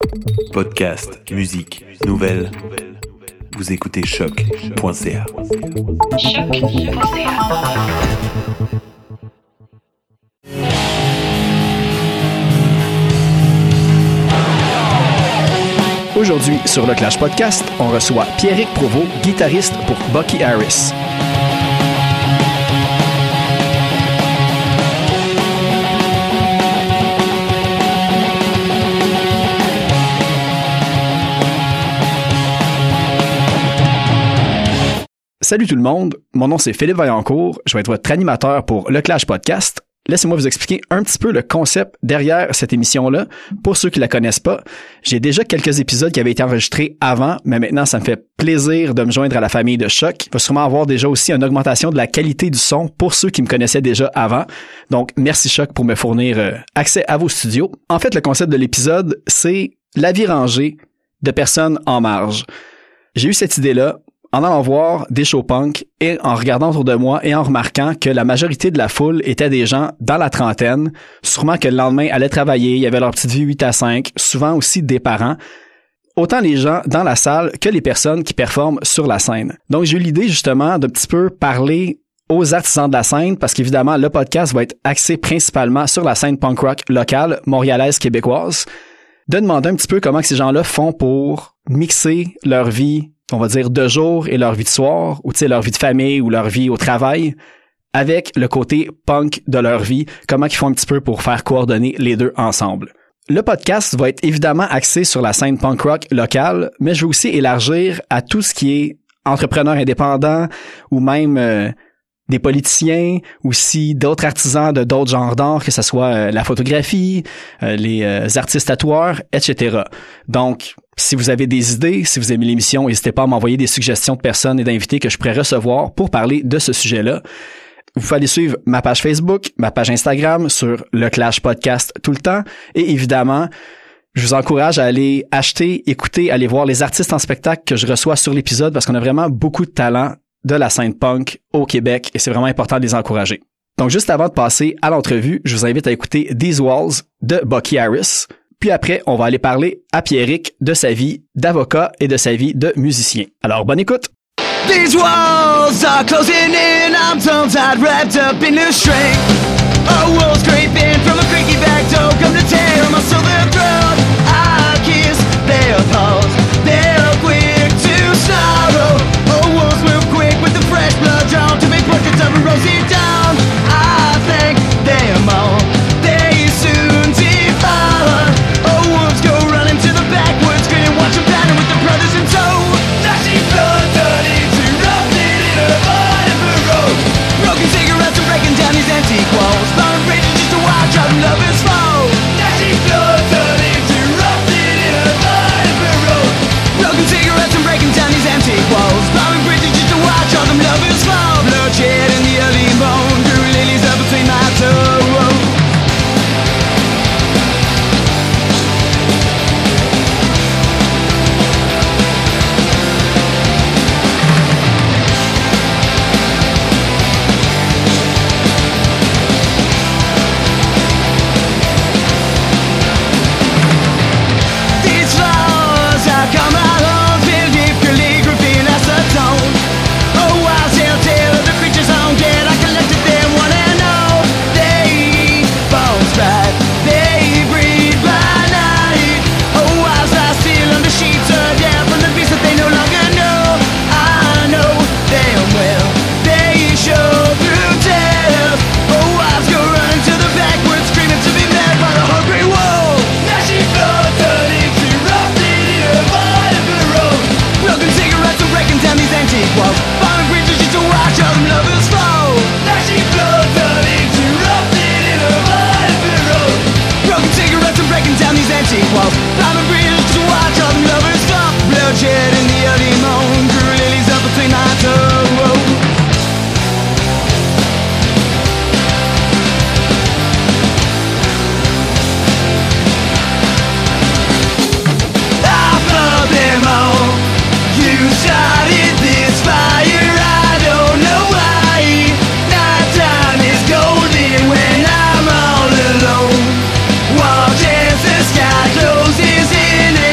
Podcast, musique, nouvelles. Vous écoutez choc.ca. Aujourd'hui, sur le Clash Podcast, on reçoit Pierrick Provost, guitariste pour Bucky Harris. Salut tout le monde, mon nom c'est Philippe Vaillancourt, je vais être votre animateur pour le Clash Podcast. Laissez-moi vous expliquer un petit peu le concept derrière cette émission-là. Pour ceux qui la connaissent pas, j'ai déjà quelques épisodes qui avaient été enregistrés avant, mais maintenant ça me fait plaisir de me joindre à la famille de Choc. Il va sûrement avoir déjà aussi une augmentation de la qualité du son pour ceux qui me connaissaient déjà avant. Donc merci Choc pour me fournir accès à vos studios. En fait, le concept de l'épisode, c'est la vie rangée de personnes en marge. J'ai eu cette idée-là en allant voir des shows punk et en regardant autour de moi et en remarquant que la majorité de la foule étaient des gens dans la trentaine, sûrement que le lendemain allaient travailler, il y avait leur petite vie 8 à 5, souvent aussi des parents, autant les gens dans la salle que les personnes qui performent sur la scène. Donc j'ai eu l'idée justement d'un petit peu parler aux artisans de la scène parce qu'évidemment le podcast va être axé principalement sur la scène punk rock locale, montréalaise, québécoise, de demander un petit peu comment que ces gens-là font pour mixer leur vie, on va dire, de jour et leur vie de soir, ou tu sais, leur vie de famille ou leur vie au travail, avec le côté punk de leur vie, comment ils font un petit peu pour faire coordonner les deux ensemble. Le podcast va être évidemment axé sur la scène punk rock locale, mais je vais aussi élargir à tout ce qui est entrepreneurs indépendants ou même des politiciens, aussi d'autres artisans de d'autres genres d'art, que ce soit la photographie, les artistes tatoueurs, etc. Donc, si vous avez des idées, si vous aimez l'émission, n'hésitez pas à m'envoyer des suggestions de personnes et d'invités que je pourrais recevoir pour parler de ce sujet-là. Vous pouvez aller suivre ma page Facebook, ma page Instagram sur le Clash Podcast tout le temps. Et évidemment, je vous encourage à aller acheter, écouter, aller voir les artistes en spectacle que je reçois sur l'épisode parce qu'on a vraiment beaucoup de talent de la scène punk au Québec et c'est vraiment important de les encourager. Donc juste avant de passer à l'entrevue, je vous invite à écouter These Walls de Bucky Harris. Puis après, on va aller parler à Pierrick de sa vie d'avocat et de sa vie de musicien. Alors, bonne écoute! These walls are closing in, I'm tongue-tied, wrapped up in a string. A wool scraping from a creaky back door, come to tear my southern throat. I kiss their paws, they're quick to snarl. Oh, wolves move quick with the fresh blood drawn to make portraits of a rosy down. I thank them all, they soon devour. Oh, wolves go running to the backwoods, screaming, watch them pattern with their brothers in tow. Gnashing blood, dirty, erupted in a violent road. Broken cigarettes and breaking down these antique walls. Burning bridges just to watch how the lovers fall. Gnashing blood, dirty, erupted in a violent road. Broken cigarettes and breaking down these antique walls. Burning bridges just to watch all them lovers fall. Bloodshed in the early morn, grew lilies up between my toes. Watch as the sky closes in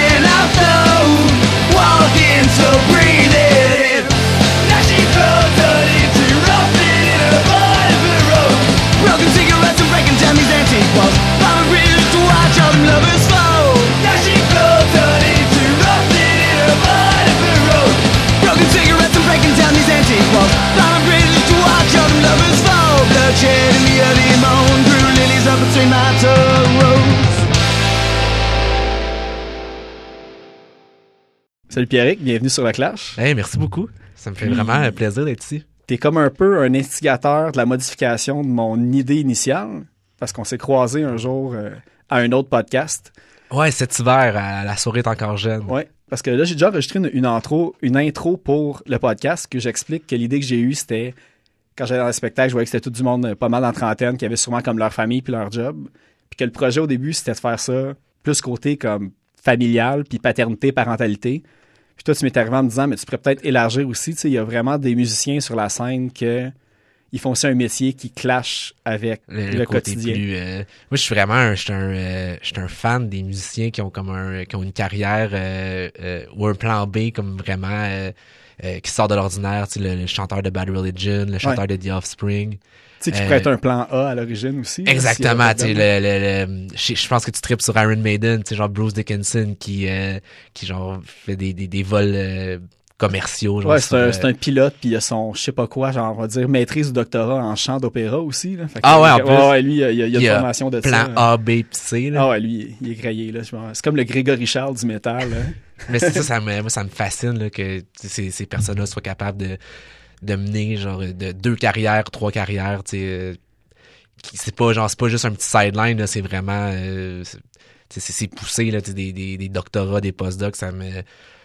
Salut Pierrick, bienvenue sur le Clash. Hey, merci beaucoup. Ça me fait vraiment plaisir d'être ici. T'es comme un peu un instigateur de la modification de mon idée initiale, parce qu'on s'est croisés un jour à un autre podcast. Ouais, cet hiver, la soirée est encore jeune. Ouais, parce que là, j'ai déjà enregistré une intro pour le podcast que j'explique que l'idée que j'ai eue, c'était, quand j'allais dans le spectacle, je voyais que c'était tout du monde pas mal en trentaine, qui avait sûrement comme leur famille puis leur job. Puis que le projet au début, c'était de faire ça plus côté comme familial, puis paternité, parentalité. Puis toi, tu m'es arrivé en me disant, mais tu pourrais peut-être élargir aussi. Tu sais, il y a vraiment des musiciens sur la scène qui font aussi un métier qui clash avec le quotidien. Moi, je suis vraiment je suis un fan des musiciens qui ont une carrière ou un plan B comme vraiment qui sort de l'ordinaire. Tu sais, le chanteur de Bad Religion, le chanteur de The Offspring. Tu sais, qui pourrait être un plan A à l'origine aussi. Exactement. Tu sais, je pense que tu tripes sur Iron Maiden, tu sais, genre Bruce Dickinson qui genre fait des vols commerciaux. Genre, ouais, c'est un pilote, puis il a son, je sais pas quoi, genre, on va dire, maîtrise ou doctorat en chant d'opéra aussi. Là. Fait que, en plus. Ouais, lui, il y a une formation de plan ça. Plan A, B, puis C. Là. Ah ouais, lui, il est grillé. Là. C'est comme le Grégory Charles du métal. Là. Mais c'est ça, moi, ça me fascine là, que ces personnes-là soient capables de mener genre de 2 carrières, 3 carrières, tu sais, c'est pas juste un petit sideline, là, c'est vraiment c'est poussé là, des doctorats, des postdocs, ça me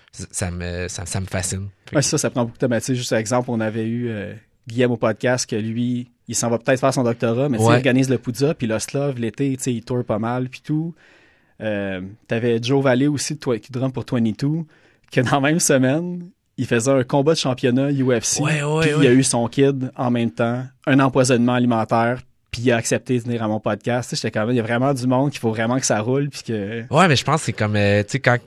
fascine. Ouais, ça prend beaucoup de thématiques. Juste un exemple, on avait eu Guillaume au podcast que lui, il s'en va peut-être faire son doctorat, mais il organise le Poudza, puis l'Oslov, l'été, tu sais, il tourne pas mal, puis tout. T'avais Joe Valley aussi qui drum pour 22, que dans la même semaine, il faisait un combat de championnat UFC, puis il a eu son kid en même temps, un empoisonnement alimentaire, puis il a accepté de venir à mon podcast. J'étais quand même, il y a vraiment du monde qu'il faut vraiment que ça roule, puis que... Ouais, mais je pense que c'est comme, tu sais, quand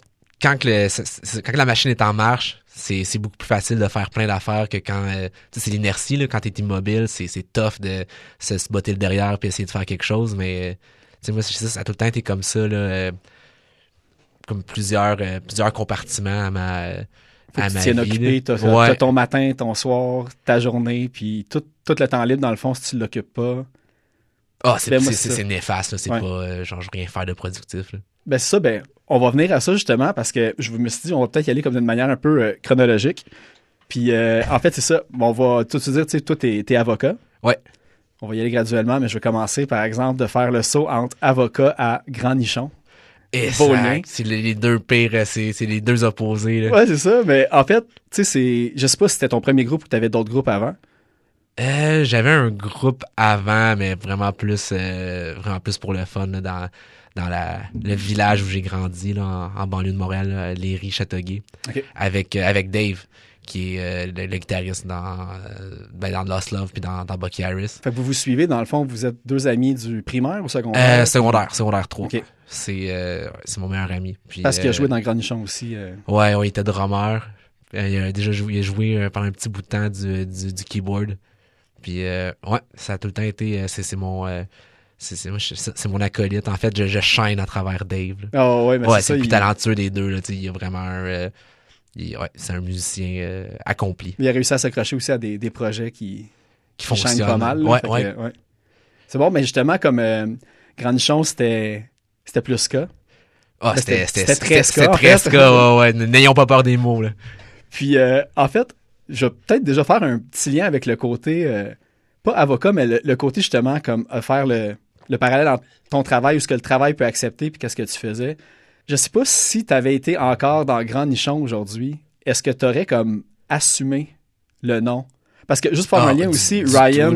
la machine est en marche, c'est beaucoup plus facile de faire plein d'affaires que quand, tu sais, c'est l'inertie, là, quand t'es immobile, c'est tough de se botter le derrière puis essayer de faire quelque chose, mais, tu sais, moi, ça a tout le temps été comme ça, là, comme plusieurs compartiments à ma vie. Occupé, t'as ton matin, ton soir, ta journée, puis tout le temps libre, dans le fond, si tu l'occupes pas. Ah, c'est néfaste, là, c'est pas genre rien faire de productif. Là. Ben c'est ça, on va venir à ça justement parce que je me suis dit, on va peut-être y aller comme d'une manière un peu chronologique. Puis en fait, c'est ça, on va tout se dire, tu sais, toi, t'es avocat. Ouais. On va y aller graduellement, mais je vais commencer par exemple de faire le saut entre avocat à Grand Nichon. Exact. C'est les deux pires, c'est les deux opposés. Là. Ouais, c'est ça. Mais en fait, tu sais, je sais pas si c'était ton premier groupe ou tu avais d'autres groupes avant. J'avais un groupe avant, mais vraiment plus pour le fun là, dans le village où j'ai grandi, là, en banlieue de Montréal, Léry-Châteauguay, avec Dave, qui est le guitariste dans Lost Love puis dans Bucky Harris. Fait que vous suivez, dans le fond, vous êtes 2 amis du primaire ou secondaire? Secondaire 3. Okay. C'est mon meilleur ami. Puis, parce qu'il a joué dans Grand Nichon aussi. Ouais, il était drummer. Il a joué pendant un petit bout de temps du keyboard. Puis ça a tout le temps été, c'est mon acolyte. En fait, je shine à travers Dave. Oh, ouais, mais c'est le plus talentueux des deux. Là, il y a vraiment c'est un musicien accompli. Il a réussi à s'accrocher aussi à des projets qui fonctionnent pas mal. Là, ouais. C'est bon, mais justement, comme Grand Nichon, c'était plus ska. Ah, c'était très ska. C'était très ska, ouais. N'ayons pas peur des mots, là. Puis, en fait, je vais peut-être déjà faire un petit lien avec le côté, pas avocat, mais le côté justement comme faire le parallèle entre ton travail ou ce que le travail peut accepter puis qu'est-ce que tu faisais. Je sais pas si tu avais été encore dans Grand Nichon aujourd'hui, est-ce que tu aurais comme assumé le nom? Parce que juste pour faire un lien aussi, Ryan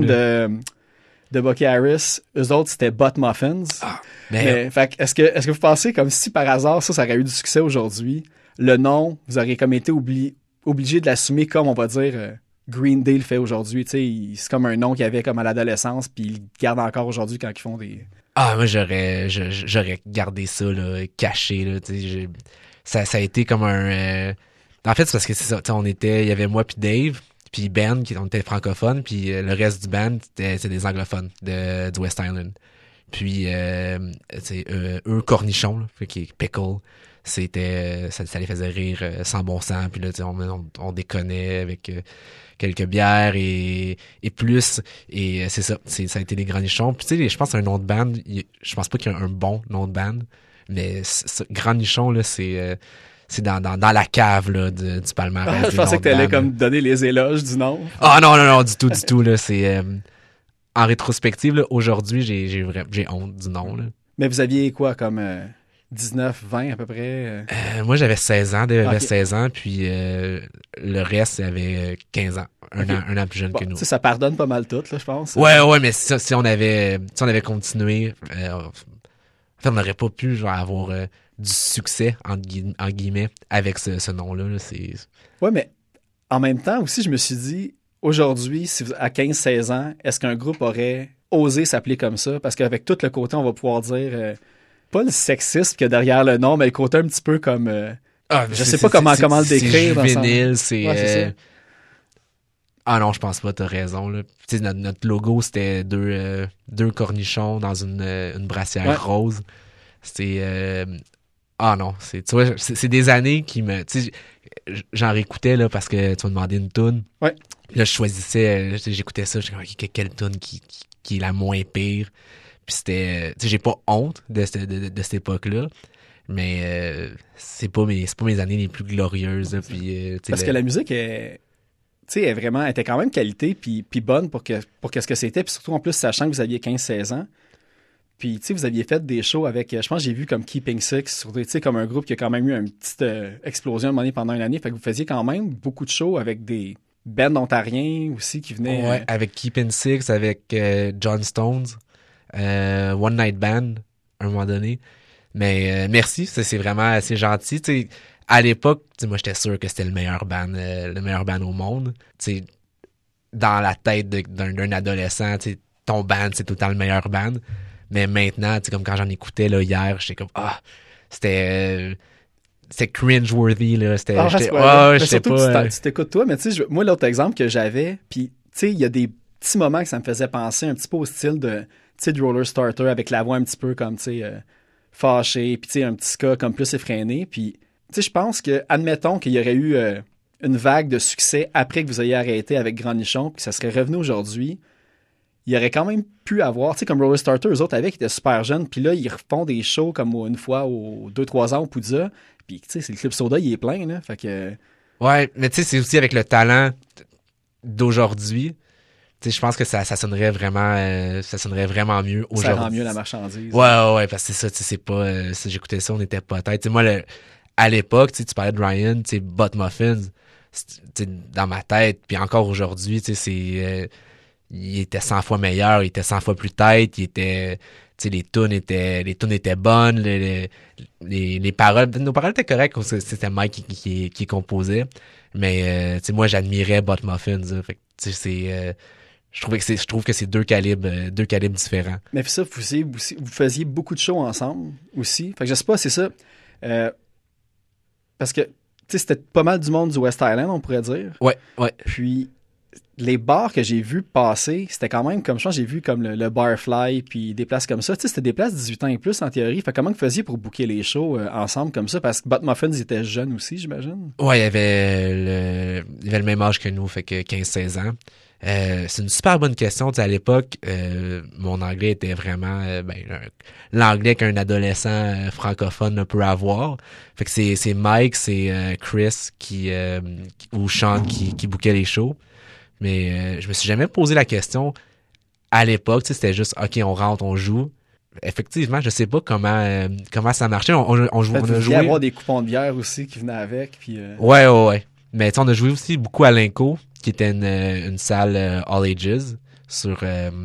de Bucky Harris, eux autres c'était Butt Muffins. Mais fait est-ce que vous pensez comme si par hasard ça aurait eu du succès aujourd'hui, le nom, vous auriez comme été obligé de l'assumer comme on va dire Green Day le fait aujourd'hui, tu sais, c'est comme un nom qu'il y avait comme à l'adolescence puis ils le gardent encore aujourd'hui quand ils font des... Ah, moi, j'aurais gardé ça, là, caché, là, tu sais, ça a été comme un... En fait, c'est parce que c'est ça, il y avait moi puis Dave, puis Ben, on était francophones, puis le reste du band, c'est des anglophones du West Island. Puis, eux, cornichons, là, qui est pickle, ça les faisait rire sans bon sens, puis là, on déconnait avec... quelques bières et plus, et c'est ça, ça a été les Grands Nichons. Puis tu sais, je pense à un nom de band, je pense pas qu'il y a un bon nom de band, mais Grand Nichon, là, c'est c'est dans la cave là, du palmarès. Je pensais que t'allais comme donner les éloges du nom. Ah non, du tout, là. C'est en rétrospective, là, aujourd'hui, j'ai honte du nom, là. Mais vous aviez quoi, comme 19, 20 à peu près? Moi, j'avais 16 ans, Dave avait Ok. 16 ans, puis le reste, il avait 15 ans. Un an plus jeune Bon, que nous. tu sais, ça pardonne pas mal tout, là, je pense. Ouais, mais si on avait continué, en fait, on n'aurait pas pu genre, avoir du succès, en guillemets, avec ce nom-là. Là. Ouais, mais en même temps aussi, je me suis dit, aujourd'hui, si vous, à 15-16 ans, est-ce qu'un groupe aurait osé s'appeler comme ça? Parce qu'avec tout le côté, on va pouvoir dire, pas le sexisme qu'il y a derrière le nom, mais le côté un petit peu comme... je sais pas comment le décrire. C'est juvénile, c'est... Ouais, c'est ça. Ah non, je pense pas, t'as raison. Là. Tu sais, notre logo, c'était deux cornichons dans une brassière rose. C'est... Ah non, tu vois, c'est des années qui me... Tu sais, j'en réécoutais là, parce que tu m'as demandé une toune. Ouais. Là, je choisissais, j'écoutais ça, je disais, quelle toune qui est la moins pire. Puis c'était... Tu sais, j'ai pas honte de cette époque-là. Mais c'est pas mes années les plus glorieuses. Là, puis, parce que la musique est... Tu sais, elle était quand même qualité puis bonne pour ce que c'était. Puis surtout, en plus, sachant que vous aviez 15-16 ans. Puis, tu sais, vous aviez fait des shows avec... Je pense que j'ai vu comme Keeping Six, tu sais, comme un groupe qui a quand même eu une petite explosion à un moment donné pendant une année. Fait que vous faisiez quand même beaucoup de shows avec des bands ontariens aussi qui venaient... Ouais, avec Keeping Six, avec John Stones, One Night Band, à un moment donné. Mais merci, c'est vraiment assez gentil. Tu sais, à l'époque, moi, j'étais sûr que c'était le meilleur band au monde. Tu sais, dans la tête d'un adolescent, tu sais, ton band, c'est tout le temps le meilleur band. Mais maintenant, tu sais, comme quand j'en écoutais là, hier, j'étais comme, c'était cringe-worthy, là. je sais pas. Tu t'écoutes toi, mais tu sais, moi, l'autre exemple que j'avais, puis tu sais, il y a des petits moments que ça me faisait penser un petit peu au style de, tu sais, de Roller Starter avec la voix un petit peu comme, tu sais, fâchée, puis tu sais, un petit ska comme plus effréné, puis tu sais, je pense que, admettons qu'il y aurait eu une vague de succès après que vous ayez arrêté avec Grand Nichon, puis que ça serait revenu aujourd'hui, il y aurait quand même pu avoir, tu sais, comme Roller Starter, eux autres avec, ils étaient super jeunes, puis là, ils refont des shows comme une fois aux 2-3 ans au Poudza, puis tu sais, c'est le Club Soda, il est plein, là, fait que... Ouais, mais tu sais, c'est aussi avec le talent d'aujourd'hui, tu sais, je pense que ça sonnerait vraiment mieux aujourd'hui. Ça rend mieux la marchandise. Ouais, parce que c'est ça, tu sais, c'est pas... si j'écoutais ça, on était pas tête. Tu sais, moi, à l'époque, tu sais, tu parlais de Ryan, tu sais, Butt Muffins, dans ma tête, puis encore aujourd'hui, tu sais, c'est... il était 100 fois meilleur, il était 100 fois plus tête, il était... Tu sais, les tunes étaient bonnes, les paroles... Nos paroles étaient correctes, c'était Mike qui composait, mais tu sais, moi, j'admirais Butt Muffins, là, fait que, tu sais, c'est... je trouve que c'est deux calibres différents. Mais ça, vous faisiez beaucoup de shows ensemble aussi. Fait que je sais pas, c'est ça. Parce que, tu sais, c'était pas mal du monde du West Island, on pourrait dire. Ouais. Puis, les bars que j'ai vus passer, c'était quand même comme, je pense, j'ai vu comme le Barfly, puis des places comme ça. Tu sais, c'était des places 18 ans et plus en théorie. Fait comment vous faisiez pour booker les shows ensemble comme ça? Parce que Butt Muffins, ils étaient jeunes aussi, j'imagine. Ouais, il avait le même âge que nous, fait que 15-16 ans. C'est une super bonne question. Tu sais, à l'époque, mon anglais était vraiment l'anglais qu'un adolescent francophone peut avoir. Fait que c'est Mike, c'est Chris ou Sean qui bookait les shows. Mais je me suis jamais posé la question. À l'époque, tu sais, c'était juste OK, on rentre, on joue. Effectivement, je sais pas comment ça marchait. On jouait. On a joué. Avoir des coupons de bière aussi qui venaient avec. Puis, Ouais. Mais tu sais, on a joué aussi beaucoup à l'Inco, qui était une salle all ages sur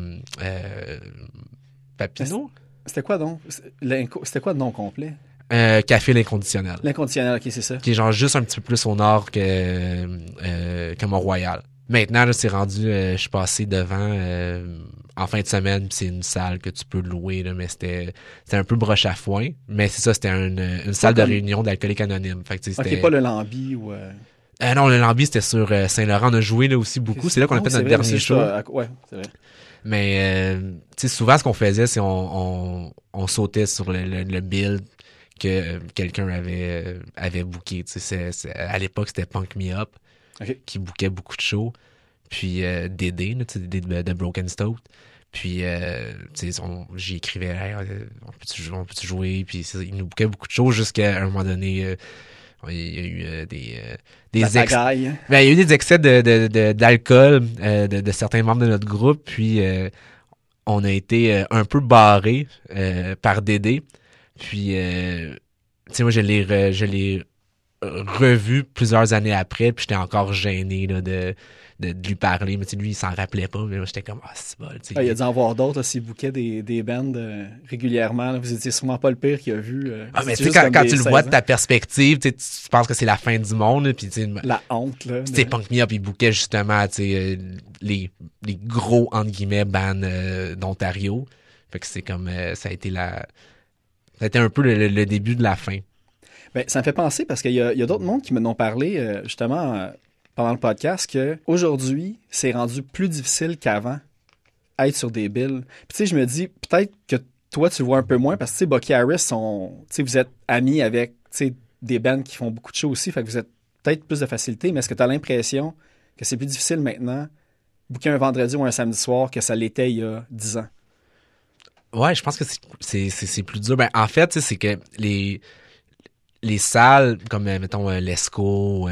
Papineau. C'était quoi donc? C'était quoi le nom complet? Café L'Inconditionnel. L'Inconditionnel, ok, c'est ça. Qui est genre juste un petit peu plus au nord que Mont-Royal. Maintenant, là, c'est rendu, je suis passé devant en fin de semaine, c'est une salle que tu peux louer, là, mais c'était un peu broche à foin. Mais c'est ça, c'était une salle de réunion d'alcooliques anonymes. Fait que, ok, pas le Lambi ou... non, le Lambi, c'était sur Saint-Laurent. On a joué là aussi beaucoup. C'est là qu'on a fait notre dernier show. Ouais, c'est vrai. Mais, tu sais, souvent, ce qu'on faisait, c'est on sautait sur le build que quelqu'un avait booké. Tu sais, à l'époque, c'était Punk Me Up qui bookait beaucoup de shows. Puis Dédé, tu sais, Dédé de Broken Stout. Puis, tu sais, j'y écrivais, hey, on peut-tu jouer? Puis il nous bookait beaucoup de shows jusqu'à un moment donné... Il y a eu des La pagaille. Ben, il y a eu des excès d'alcool de certains membres de notre groupe, puis on a été un peu barré par Dédé. Puis, tu sais, moi, je l'ai revu plusieurs années après, puis j'étais encore gêné là, de lui parler. Mais tu sais, lui, il s'en rappelait pas. Mais moi, j'étais comme, c'est bon. Il a dû en voir d'autres, s'il bouquait des bands régulièrement. Là. Vous étiez sûrement pas le pire qu'il a vu. Mais tu sais, quand tu le vois de ta perspective, tu penses que c'est la fin du monde. Puis, la honte, là. Tu sais, Punk Me Up, il bouquait justement, tu sais, les gros, entre guillemets, bands d'Ontario. Fait que c'est comme, ça a été un peu le début de la fin. Ben, ça me fait penser parce qu'il y a d'autres mondes qui me n'ont parlé, justement, pendant le podcast, qu'aujourd'hui, c'est rendu plus difficile qu'avant être sur des billes. Puis tu sais, je me dis, peut-être que toi, tu le vois un peu moins parce que, tu sais, Bucky Harris, vous êtes amis avec, tu sais, des bands qui font beaucoup de shows aussi, fait que vous êtes peut-être plus de facilité, mais est-ce que tu as l'impression que c'est plus difficile maintenant, booker un vendredi ou un samedi soir, que ça l'était il y a 10 ans? Ouais, je pense que c'est plus dur. Ben, en fait, c'est que les salles, comme, mettons, l'ESCO,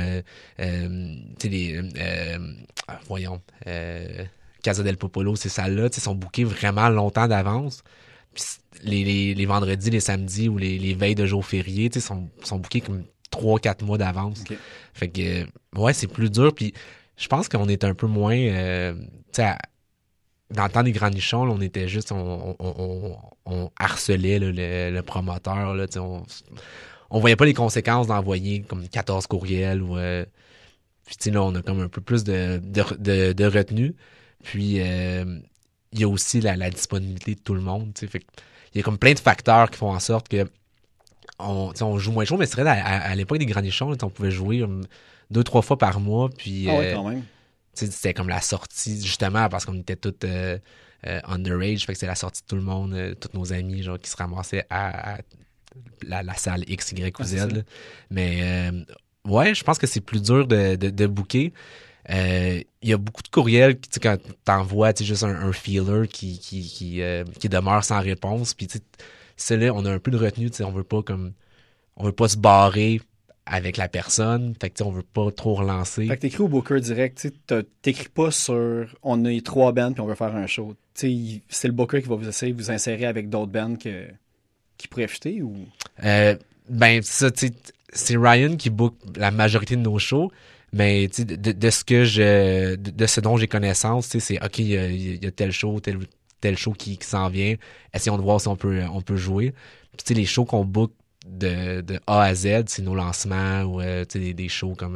voyons, Casa del Popolo, ces salles-là, sont bookées vraiment longtemps d'avance. Puis les vendredis, les samedis ou les veilles de jours fériés, sont bookés comme 3-4 mois d'avance. Okay. Fait que, ouais, c'est plus dur. Puis je pense qu'on est un peu moins, dans le temps des grands nichons, là, on était juste, on harcelait là, le promoteur, là, on voyait pas les conséquences d'envoyer comme 14 courriels ou puis là on a comme un peu plus de retenue. Puis il y a aussi la disponibilité de tout le monde, fait que il y a comme plein de facteurs qui font en sorte que on joue moins chaud, mais c'est vrai à l'époque des grands nichons, là, on pouvait jouer 2-3 fois par mois, puis ouais, quand même. C'était comme la sortie justement parce qu'on était tous underage, fait que c'est la sortie de tout le monde, tous nos amis genre qui se ramassaient à la salle X, Y ou Z. Là. Mais ouais, je pense que c'est plus dur de booker. Il y a beaucoup de courriels quand t'envoies juste un feeler qui demeure sans réponse. Puis là, on a un peu de retenue, on veut pas se barrer avec la personne. Fait que on veut pas trop relancer. Fait que t'écris au booker direct, t'écris pas sur on a 3 bands puis on veut faire un show. C'est le booker qui va vous essayer de vous insérer avec d'autres bands qui pourraient fitter ou? Ben, ça, c'est Ryan qui book la majorité de nos shows, mais de ce dont j'ai connaissance, c'est OK, il y a tel show qui s'en vient, essayons de voir si on peut jouer. Puis les shows qu'on book de A à Z, c'est nos lancements ou des shows comme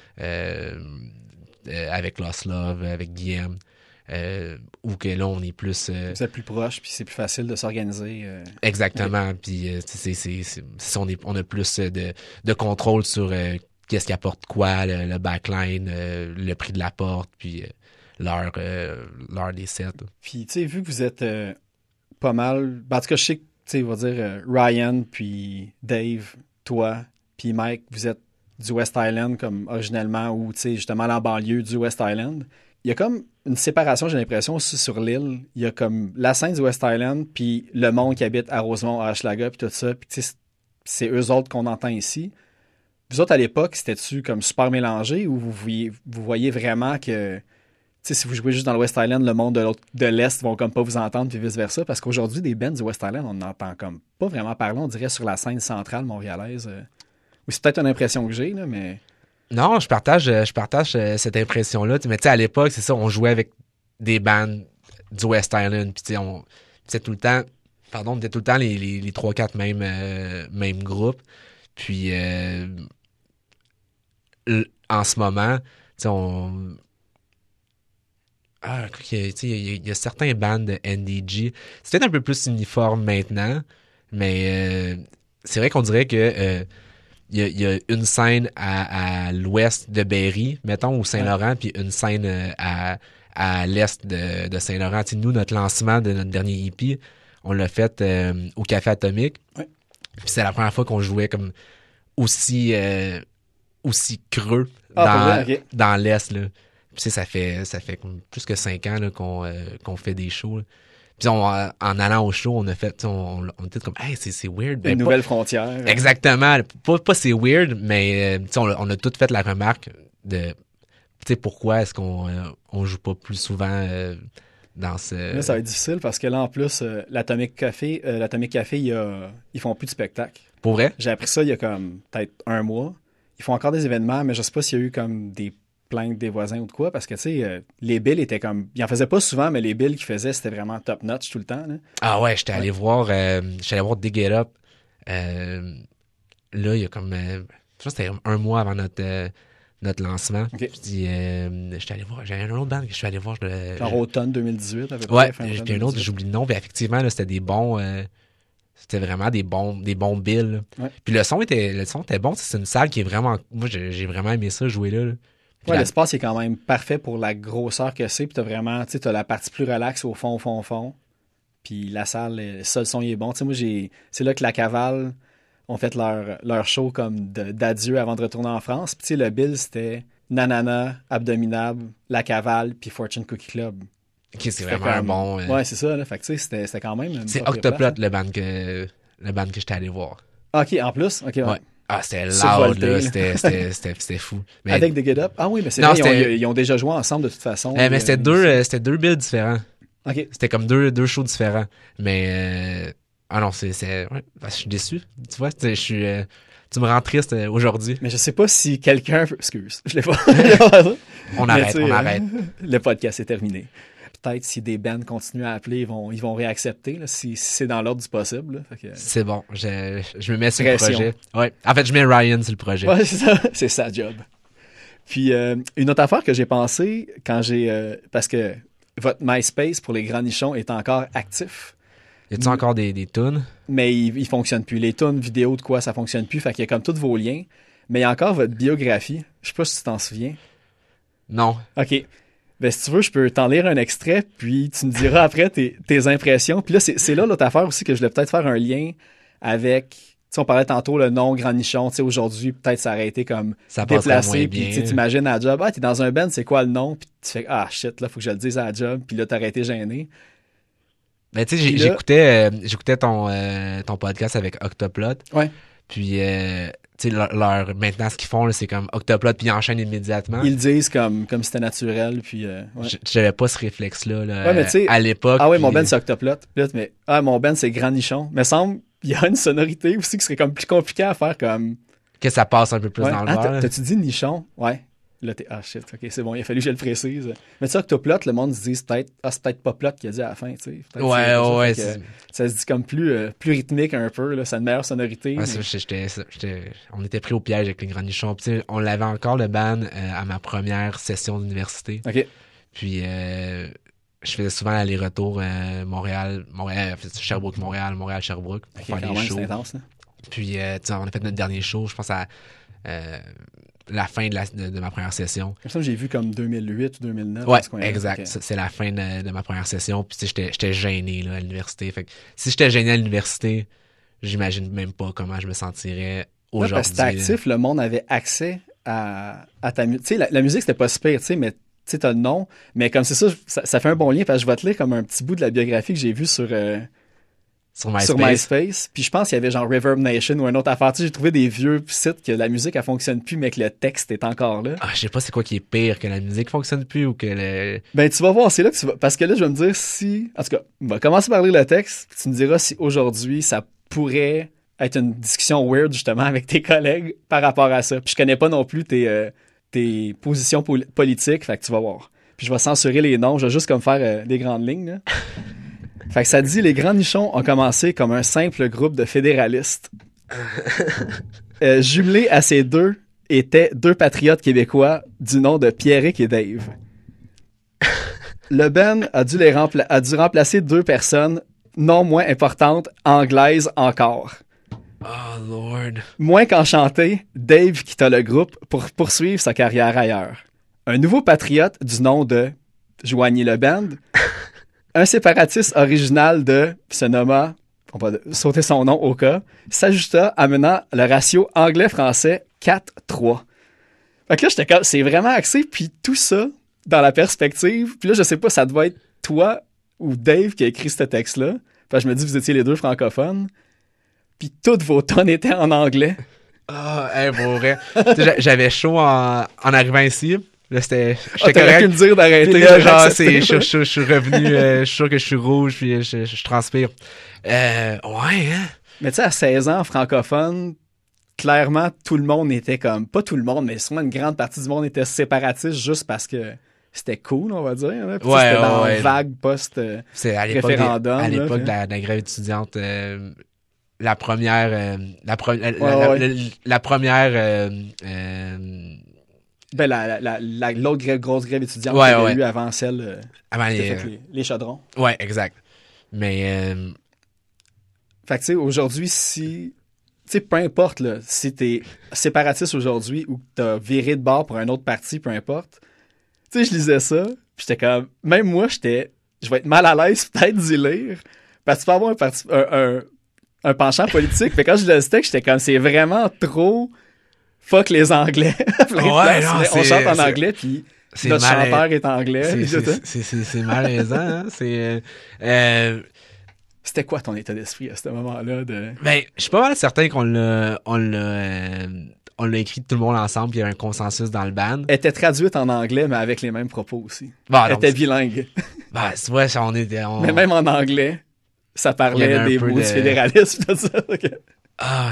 avec Lost Love, avec Guillaume. Ou que là on est plus vous êtes plus proche puis c'est plus facile de s'organiser exactement puis on a plus de contrôle sur qu'est-ce qui apporte quoi, le backline, le prix de la porte, puis l'heure des sets. Puis tu sais, vu que vous êtes pas mal, en tout cas je sais que tu sais, on va dire Ryan puis Dave, toi puis Mike, vous êtes du West Island comme originellement ou tu sais justement en banlieue du West Island. Il y a comme une séparation, j'ai l'impression, aussi sur l'île. Il y a comme la scène du West Island, puis le monde qui habite à Rosemont, à Hochelaga, puis tout ça. Puis tu sais, c'est eux autres qu'on entend ici. Vous autres, à l'époque, c'était-tu comme super mélangé ou vous voyez vraiment que, tu sais, si vous jouez juste dans le West Island, le monde de l'Est vont comme pas vous entendre, puis vice-versa? Parce qu'aujourd'hui, des bands du West Island, on n'entend comme pas vraiment parler, on dirait, sur la scène centrale montréalaise. Oui, c'est peut-être une impression que j'ai, là, mais... Non, je partage cette impression-là. Mais tu sais, à l'époque, c'est ça, on jouait avec des bands du West Island. Puis tu sais, on était tout le temps les 3-4 mêmes groupes. Puis en ce moment, tu sais, il y a certains bands de NDG. C'est peut-être un peu plus uniforme maintenant, mais c'est vrai qu'on dirait que il y a une scène à l'ouest de Berry, mettons, au Saint-Laurent, puis une scène à l'est de Saint-Laurent. T'sais, nous, notre lancement de notre dernier EP, on l'a fait au Café Atomique. Ouais. Puis c'est la première fois qu'on jouait comme aussi creux dans l'est. Là. Puis ça fait comme plus que 5 ans là, qu'on fait des shows. Là. Puis en allant au show, on a fait, on était comme, hey, c'est weird. Une nouvelle frontière. Exactement. Pas c'est weird, mais on a tout fait la remarque de, pourquoi est-ce qu'on on joue pas plus souvent dans ce... Là, ça va être difficile parce que là, en plus, l'Atomic Café, ils font plus de spectacles. Pour vrai? J'ai appris ça il y a comme peut-être un mois. Ils font encore des événements, mais je sais pas s'il y a eu comme des plaintes des voisins ou de quoi, parce que, tu sais, les bills étaient comme... Ils en faisaient pas souvent, mais les bills qu'ils faisaient, c'était vraiment top-notch tout le temps. Là. Ah ouais, j'étais allé voir Dig It Up. Là, il y a comme... je pense que c'était un mois avant notre lancement. Okay. J'étais allé voir... J'avais un autre band que je suis allé voir. En automne 2018, à peu près. Ouais, j'ai un autre, j'oublie le nom, mais effectivement, là, c'était des bons... c'était vraiment des bons bills. Ouais. Puis le son était bon. C'est une salle qui est vraiment... Moi, j'ai vraiment aimé ça, jouer là. Ouais, l'espace est quand même parfait pour la grosseur que c'est. Puis t'as vraiment... Tu sais, t'as la partie plus relaxe au fond. Puis la salle, ça, le son, il est bon. Tu sais, moi, c'est là que la Cavale ont fait leur show comme d'adieu avant de retourner en France. Puis tu sais, le bill, c'était Nanana, Abdominable, la Cavale, puis Fortune Cookie Club. Ok, c'est vraiment un bon... Ouais, c'est ça. Là. Fait que tu sais, c'était quand même... C'est Octoplot, le band que j'étais allé voir. OK, en plus? OK, ouais. Ah, c'était loud, là. C'était fou. Mais... Avec The Get Up? Ah oui, mais c'est vrai, ils ont déjà joué ensemble de toute façon. Mais c'était deux bills différents. OK. C'était comme deux shows différents. Mais... Ah non, ouais, je suis déçu. Tu vois, tu me rends triste aujourd'hui. Mais je sais pas si quelqu'un... Excuse, je l'ai pas... On arrête. Le podcast est terminé. Peut-être si des bands continuent à appeler, ils vont réaccepter, là, si c'est dans l'ordre du possible. Là. Fait que, c'est bon, je me mets sur le projet. Ouais. En fait, je mets Ryan sur le projet. Ouais, c'est sa job. Puis, une autre affaire que j'ai pensé quand parce que votre MySpace pour les grands nichons est encore actif. Y a-t-il encore des tunes? Mais il fonctionne plus. Les tunes, vidéos, de quoi, ça fonctionne plus. Fait qu'il y a comme tous vos liens. Mais il y a encore votre biographie. Je sais pas si tu t'en souviens. Non. OK. Ben, si tu veux, je peux t'en lire un extrait, puis tu me diras après tes impressions. Puis là, c'est là l'autre affaire aussi que je voulais peut-être faire un lien avec... Tu sais, on parlait tantôt le nom Grand Nichon. Tu sais, aujourd'hui, peut-être ça aurait été comme ça déplacé. Puis tu t'imagines à la job, t'es dans un band, c'est quoi le nom? Puis tu fais, shit, là, faut que je le dise à la job. Puis là, t'aurais été gêné. Ben, tu sais, j'écoutais ton podcast avec Octoplot. Ouais. Puis... tu sais, maintenant, ce qu'ils font, là, c'est comme Octoplot, puis ils enchaînent immédiatement. Ils le disent comme si c'était naturel, puis... ouais. J'avais pas ce réflexe-là, ouais, mais à l'époque. Ah oui, mon band, c'est Octoplot. Mais mon band, c'est Grand Nichon. Mais semble, il y a une sonorité aussi qui serait comme plus compliquée à faire comme... Que ça passe un peu plus dans le verre. T'as-tu dit Nichon? Ouais. Là, shit, ok, c'est bon, il a fallu que je le précise. Mais tu sais, Octoplot, le monde se dit peut-être, c'est peut-être pas Plot qui a dit à la fin, tu sais. Ouais. Ça se dit comme plus rythmique un peu, là, ça a une meilleure sonorité. Ouais, mais... on était pris au piège avec les Grands Nichons. Puis, on l'avait encore le band à ma première session d'université. OK. Puis, je faisais souvent l'aller-retour Montréal, Sherbrooke, Montréal, Sherbrooke pour faire des shows. C'est intense, là. Puis, on a fait notre dernier show, je pense à la fin de ma première session. Comme ça, j'ai vu comme 2008 ou 2009. Ouais, exact. Okay. C'est la fin de ma première session. Puis, j'étais gêné là, à l'université. Fait que si j'étais gêné à l'université, j'imagine même pas comment je me sentirais aujourd'hui. Parce que t'es actif, le monde avait accès à ta musique. Tu sais, la musique, c'était pas super, tu sais, mais tu sais, t'as le nom. Mais comme c'est ça fait un bon lien parce que je vais te lire comme un petit bout de la biographie que j'ai vu sur MySpace. Puis je pense qu'il y avait genre Reverb Nation ou une autre affaire. Tu sais, j'ai trouvé des vieux sites que la musique, elle fonctionne plus, mais que le texte est encore là. Ah, je sais pas c'est quoi qui est pire, que la musique fonctionne plus ou que le... Ben, tu vas voir, c'est là que tu vas... Parce que là, je vais me dire si... En tout cas, on va commencer par lire le texte, puis tu me diras si aujourd'hui, ça pourrait être une discussion weird, justement, avec tes collègues par rapport à ça. Puis je connais pas non plus tes positions politiques, fait que tu vas voir. Puis je vais censurer les noms, je vais juste comme faire des grandes lignes, là. Fait que ça dit, les Grands Nichons ont commencé comme un simple groupe de fédéralistes. Jumelés à ces deux étaient deux patriotes québécois du nom de Pierrick et Dave. Le band a dû remplacer deux personnes non moins importantes, anglaises encore. Oh Lord. Moins qu'enchanté, Dave quitta le groupe pour poursuivre sa carrière ailleurs. Un nouveau patriote du nom de joignez le band. Un séparatiste original se nomma, on va sauter son nom au cas, s'ajusta amenant le ratio anglais-français 4-3. Fait que là, j'étais comme, c'est vraiment axé, puis tout ça dans la perspective. Puis là, je sais pas, ça doit être toi, ou Dave qui a écrit ce texte-là. Fait que je me dis, vous étiez les deux francophones. Puis toutes vos tonnes étaient en anglais. Ah, pour vrai. J'avais chaud en arrivant ici. Là, j'étais T'aurais correct. pu me dire d'arrêter. Puis là, genre, je suis revenu, je suis sûr que je suis rouge, puis je transpire. Ouais, hein? Mais tu sais, à 16 ans, francophone, clairement, tout le monde était comme... Pas tout le monde, mais sûrement une grande partie du monde était séparatiste juste parce que c'était cool, on va dire. Là. Puis c'était dans vague C'est à l'époque post-référendum. À l'époque de la grève étudiante... la première la première l'autre grosse grève étudiante qu'il y a eu avant celle avant les chaudrons. Ouais, exact. Mais fait que tu sais, aujourd'hui, si tu sais, peu importe là, si t'es séparatiste aujourd'hui ou que t'as viré de bord pour un autre parti, peu importe, tu sais, je lisais ça, puis j'étais comme, même moi, je vais être mal à l'aise peut-être d'y lire, parce que tu peux avoir un penchant politique. Fait que quand je lisais ce texte, j'étais comme, c'est vraiment trop fuck les Anglais. On chante en anglais, puis notre chanteur est anglais. C'est malaisant, hein? C'était quoi ton état d'esprit à ce moment-là? Ben, je suis pas mal certain qu'on l'a écrit tout le monde ensemble, puis il y a un consensus dans le band. Elle était traduite en anglais, mais avec les mêmes propos aussi. Elle était bilingue. Ben, ouais, on était... Mais même en anglais, ça parlait des mots du fédéralisme, tout ça. Okay. Ah,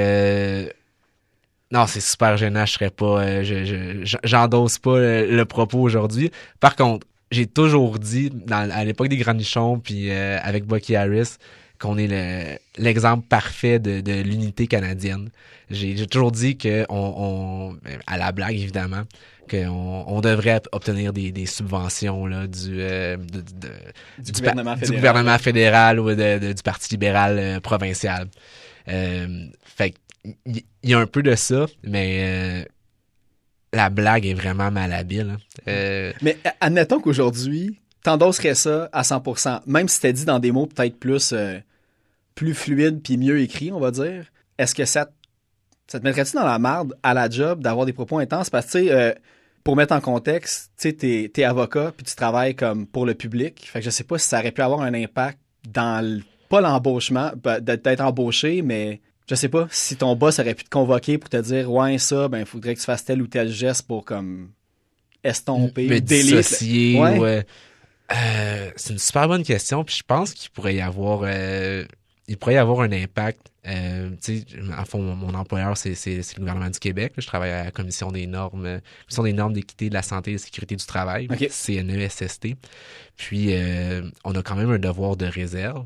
non, c'est super gênant, je serais pas... j'endosse pas le propos aujourd'hui. Par contre, j'ai toujours dit, à l'époque des Granichons, puis avec Bucky Harris, qu'on est l'exemple parfait de l'unité canadienne. J'ai toujours dit que à la blague évidemment, qu'on devrait obtenir des subventions là, du gouvernement fédéral ou du Parti libéral provincial. Fait qu'il y a un peu de ça, mais la blague est vraiment malhabile. Mais admettons qu'aujourd'hui, t'endosserais ça à 100%, même si c'était dit dans des mots peut-être plus fluides puis mieux écrits, on va dire. Est-ce que ça te mettrait-tu dans la marde à la job d'avoir des propos intenses? Parce que, tu sais, pour mettre en contexte, tu sais, t'es avocat puis tu travailles comme pour le public. Fait que je sais pas si ça aurait pu avoir un impact dans pas l'embauchement, d'être embauché, mais je sais pas si ton boss aurait pu te convoquer pour te dire, ouais, ça, ben, il faudrait que tu fasses tel ou tel geste pour comme estomper ou dissocier. Ouais. C'est une super bonne question, puis je pense qu'il pourrait y avoir un impact. Tu sais, en fond, mon employeur, c'est le gouvernement du Québec. Je travaille à la Commission des normes d'équité, de la santé et de la sécurité du travail, okay. CNESST. Puis, on a quand même un devoir de réserve.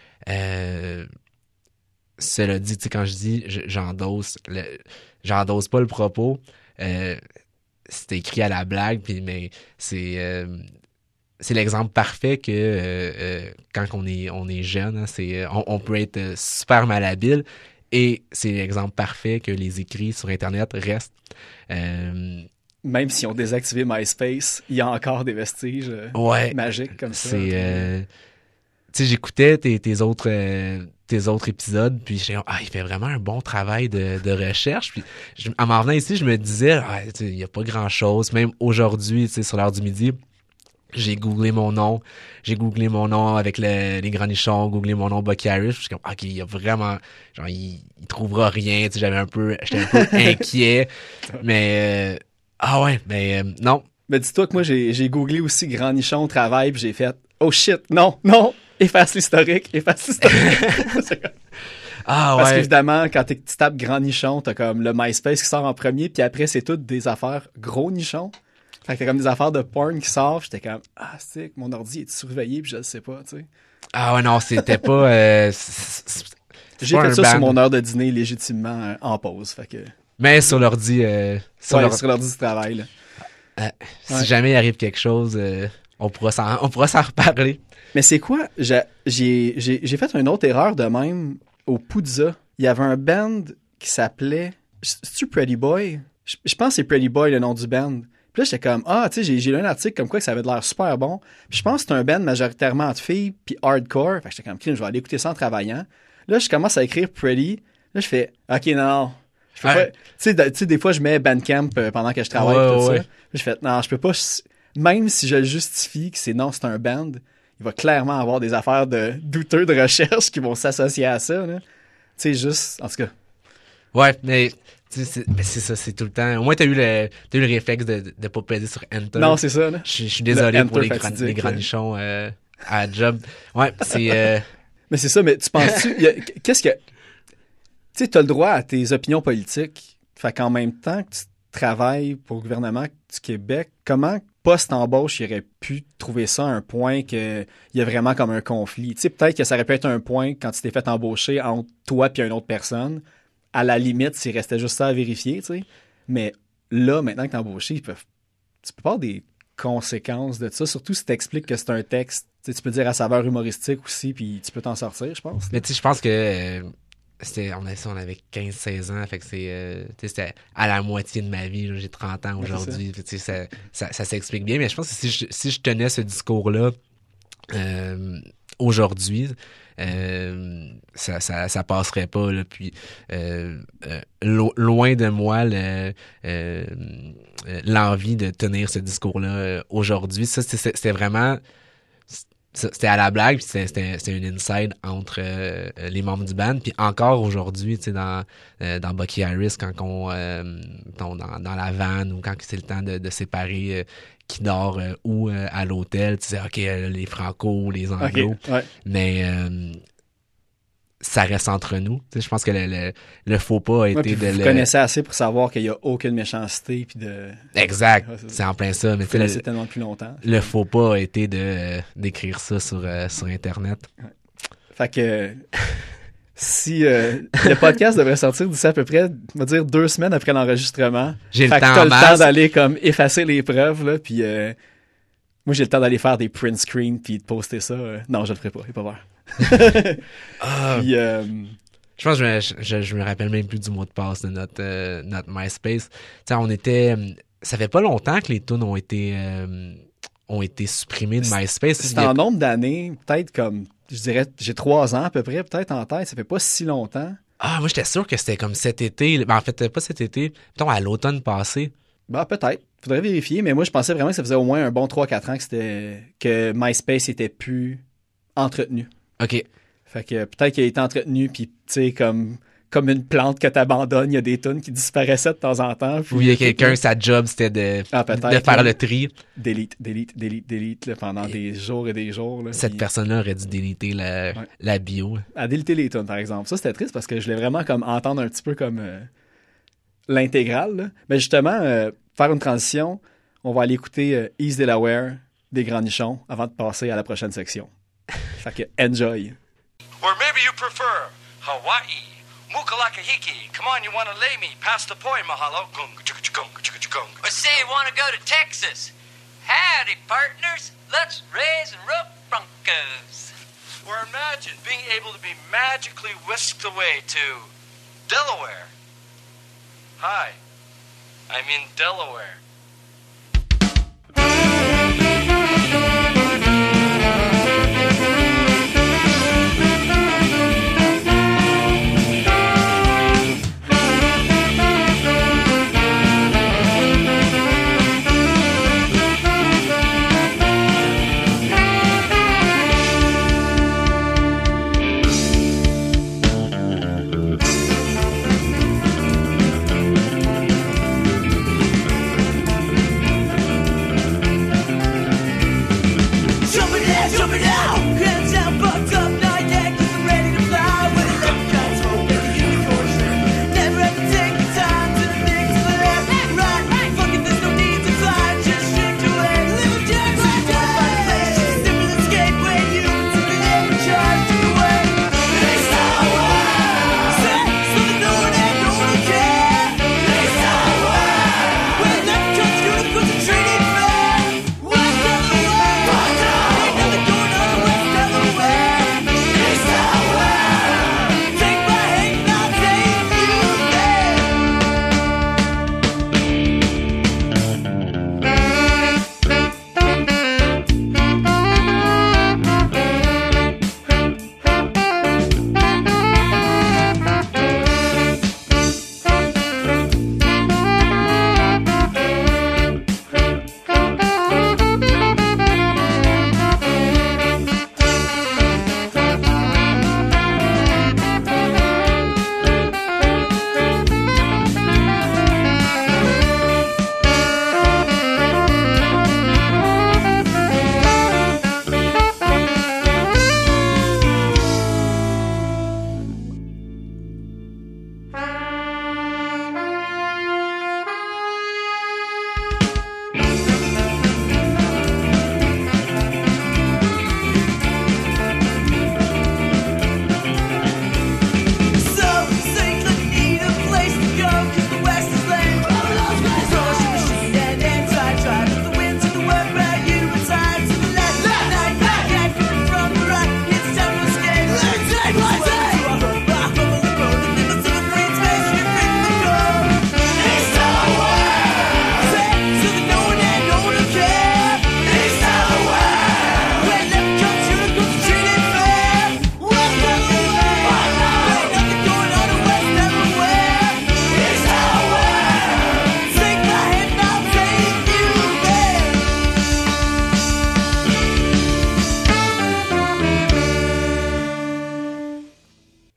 Cela dit, tu sais, quand je dis j'endosse pas le propos, c'est écrit à la blague, puis mais c'est l'exemple parfait que quand on est jeune, hein, on peut être super malhabile, et c'est l'exemple parfait que les écrits sur Internet restent. Même si on désactivé MySpace, il y a encore des vestiges magiques comme ça. Tu sais, j'écoutais tes autres épisodes, puis j'ai dit, il fait vraiment un bon travail de recherche. Puis en m'en venant ici, je me disais, il n'y a pas grand-chose. Même aujourd'hui, tu sais, sur l'heure du midi, j'ai googlé mon nom avec les Granichons, googlé mon nom Bucky Harris. Je suis comme, OK, il y a vraiment, genre, il trouvera rien. Tu sais, j'étais un peu inquiet. Mais, non. Mais dis-toi que moi, j'ai googlé aussi Granichon travail, puis j'ai fait, oh shit, non, efface l'historique. Parce qu'évidemment, quand tu tapes Grand Nichon, t'as comme le MySpace qui sort en premier, puis après, c'est toutes des affaires gros nichons. Fait que t'as comme des affaires de porn qui sortent, j'étais comme, c'est que mon ordi est surveillé, puis je le sais pas, tu sais. Ah ouais, non, c'était pas... J'ai fait ça sur mon heure de dîner légitimement en pause, fait que... Mais sur l'ordi... sur l'ordi du travail, là. Si jamais il arrive quelque chose, on pourra s'en reparler. Mais c'est quoi? J'ai fait une autre erreur de même au Poudza. Il y avait un band qui s'appelait... C'est-tu Pretty Boy? Je pense que c'est Pretty Boy, le nom du band. Puis là, j'étais comme, tu sais, j'ai lu un article comme quoi que ça avait de l'air super bon. Puis je pense que c'est un band majoritairement de filles, puis hardcore. Fait que j'étais comme, je vais aller écouter ça en travaillant. Là, je commence à écrire Pretty. Là, je fais, OK, non. Je peux pas... Tu sais, des fois, je mets Bandcamp pendant que je travaille, tout ça. Là, je fais, non, je peux pas... Même si je le justifie que c'est un band, il va clairement avoir des affaires de douteux de recherche qui vont s'associer à ça. Tu sais, juste, en tout cas. Ouais, mais c'est ça, c'est tout le temps. Au moins, t'as eu le réflexe de pas peser sur Enter. Non, c'est ça. Là. Je suis désolé pour les fatidique, granichons à la job. Ouais, c'est... Mais c'est ça, mais tu penses-tu... Qu'est-ce que... Tu sais, t'as le droit à tes opinions politiques. Fait qu'en même temps que tu travailles pour le gouvernement du Québec, comment post-embauche, il aurait pu trouver ça un point qu'il y a vraiment comme un conflit? Tu sais, peut-être que ça aurait pu être un point quand tu t'es fait embaucher entre toi et une autre personne. À la limite, s'il restait juste ça à vérifier, tu sais. Mais là, maintenant que t'es embauché, tu peux avoir des conséquences de ça, surtout si t'expliques que c'est un texte. Tu sais, tu peux dire à saveur humoristique aussi, puis tu peux t'en sortir, je pense. Mais tu sais, je pense que on avait 15-16 ans, fait que c'était à la moitié de ma vie, là, j'ai 30 ans aujourd'hui, tu sais, ça s'explique bien, mais je pense que si je tenais ce discours-là aujourd'hui, ça passerait pas, là, puis loin de moi l'envie de tenir ce discours-là aujourd'hui. Ça, c'était vraiment... C'était à la blague, puis c'était une inside entre les membres du band. Puis encore aujourd'hui, tu sais, dans Bucky Harris, quand dans la van ou quand c'est le temps de séparer qui dort où à l'hôtel, tu sais, OK, les Franco, les Anglo. Okay, ouais. Mais ça reste entre nous. Tu sais, je pense que le faux pas a été de... Vous connaissez assez pour savoir qu'il n'y a aucune méchanceté. Puis de... Exact. Ouais, c'est en plein ça. Mais vous connaissez tellement depuis longtemps. Le faux pas a été d'écrire ça sur Internet. Ouais. Fait que si le podcast devrait sortir d'ici à peu près, on va dire 2 semaines après l'enregistrement. J'ai fait le temps que t'as le temps d'aller comme effacer les preuves, là, puis moi j'ai le temps d'aller faire des print screens puis de poster ça. Non, je le ferai pas, j'ai pas peur. Puis, je pense que je me rappelle même plus du mot de passe de notre MySpace. T'sais, on était... Ça fait pas longtemps que les tunes ont été supprimées de MySpace. C'est en nombre d'années, peut-être comme, je dirais, j'ai 3 ans à peu près, peut-être en tête, ça fait pas si longtemps. Ah, moi j'étais sûr que c'était comme cet été. Ben, en fait, pas cet été, mettons à l'automne passé. Ben, peut-être. Faudrait vérifier, mais moi je pensais vraiment que ça faisait au moins un bon 3-4 ans que MySpace était plus entretenu. OK. Fait que peut-être qu'il a été entretenu, puis tu sais, comme une plante que t'abandonnes, il y a des tunes qui disparaissaient de temps en temps. Puis, ou il y a quelqu'un, sa job, c'était de faire le tri. Delete là, pendant des jours et des jours. Là, cette personne-là aurait dû déliter la bio. À déliter les tunes, par exemple. Ça, c'était triste parce que je voulais vraiment comme entendre un petit peu comme l'intégrale. Là. Mais justement, faire une transition, on va aller écouter East Delaware des Grands Nichons avant de passer à la prochaine section. Fait que enjoy. Or maybe you prefer Hawaii. Mukalakahiki. Come on, you want to lay me. Pass the poi, mahalo. Or say you want to go to Texas. Howdy, partners. Let's raise and rope broncos. Or imagine being able to be magically whisked away to Delaware. Hi, I'm in Delaware.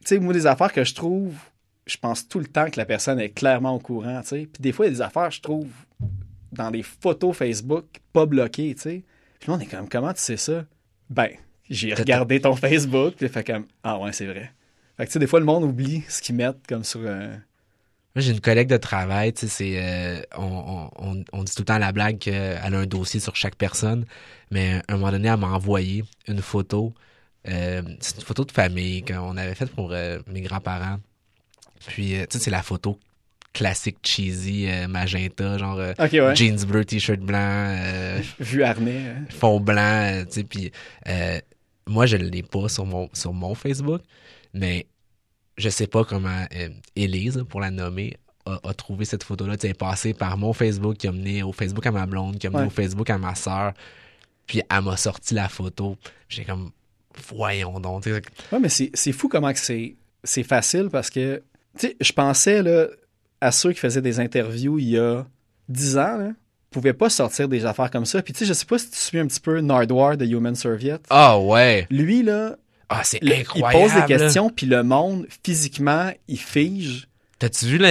sais, moi, des affaires que je trouve, je pense tout le temps que la personne est clairement au courant, tu sais. Puis des fois, il y a des affaires, je trouve, dans des photos Facebook, pas bloquées, tu sais. Puis là, on est comme, comment tu sais ça? Ben, j'ai regardé ton Facebook, puis il fait comme, ah ouais, c'est vrai. Fait que, tu sais, des fois, le monde oublie ce qu'ils mettent comme sur... Moi, j'ai une collègue de travail, tu sais, on dit tout le temps à la blague qu'elle a un dossier sur chaque personne, mais à un moment donné, elle m'a envoyé une photo. C'est une photo de famille qu'on avait faite pour mes grands-parents. Puis, tu sais, c'est la photo classique cheesy, magenta, genre jeans bleu, t-shirt blanc, vu harnais. Hein. Fond blanc, tu sais, puis moi, je l'ai pas sur mon Facebook, mais je sais pas comment Élise, pour la nommer, a trouvé cette photo-là. Elle est passée par mon Facebook, qui a mené au Facebook à ma blonde, qui a mené au Facebook à ma sœur. Puis elle m'a sorti la photo. J'ai comme, voyons donc. Ouais, mais c'est fou comment que c'est facile parce que, tu sais, je pensais là, à ceux qui faisaient des interviews il y a 10 ans, là, pouvaient pas sortir des affaires comme ça. Puis tu sais, je sais pas si tu suis un petit peu Nardwuar de Human Serviette. Ah ouais! Lui, là... Ah, c'est incroyable. Il pose des questions, puis le monde, physiquement, il fige. T'as-tu vu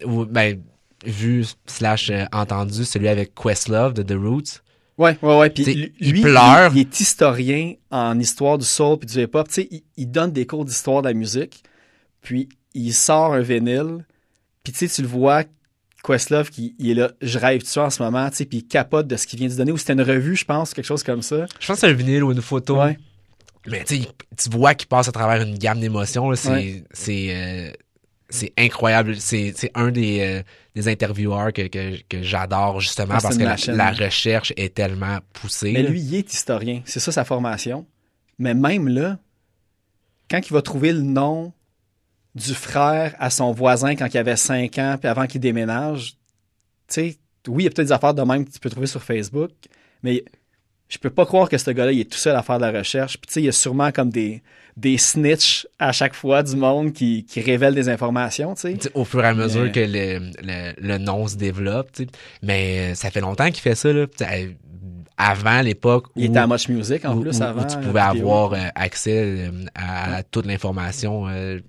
entendu celui avec Questlove de The Roots? Ouais. Puis lui, il pleure. Il est historien en histoire du soul puis du hip-hop. Tu sais, il donne des cours d'histoire de la musique, puis il sort un vinyle, puis tu sais, tu le vois, Questlove, il est là, je rêve dessus en ce moment, tu sais, puis il capote de ce qu'il vient de donner, ou c'était une revue, je pense, quelque chose comme ça. Je pense que c'est un vinyle ou une photo. Ouais. Mais tu vois qu'il passe à travers une gamme d'émotions. Là, c'est incroyable. C'est un des intervieweurs que j'adore justement parce que la recherche est tellement poussée. Mais lui, il est historien. C'est ça sa formation. Mais même là, quand il va trouver le nom du frère à son voisin quand il avait 5 ans puis avant qu'il déménage, tu sais, oui, il y a peut-être des affaires de même que tu peux trouver sur Facebook, mais... Je peux pas croire que ce gars-là, il est tout seul à faire de la recherche. Puis tu sais, il y a sûrement comme des snitch à chaque fois du monde qui révèlent des informations, tu sais. Au fur et à mesure que le nom se développe, tu sais. Mais ça fait longtemps qu'il fait ça, là. Avant l'époque où... Il était à Much Music, en plus, avant. Où tu pouvais avoir accès à toute l'information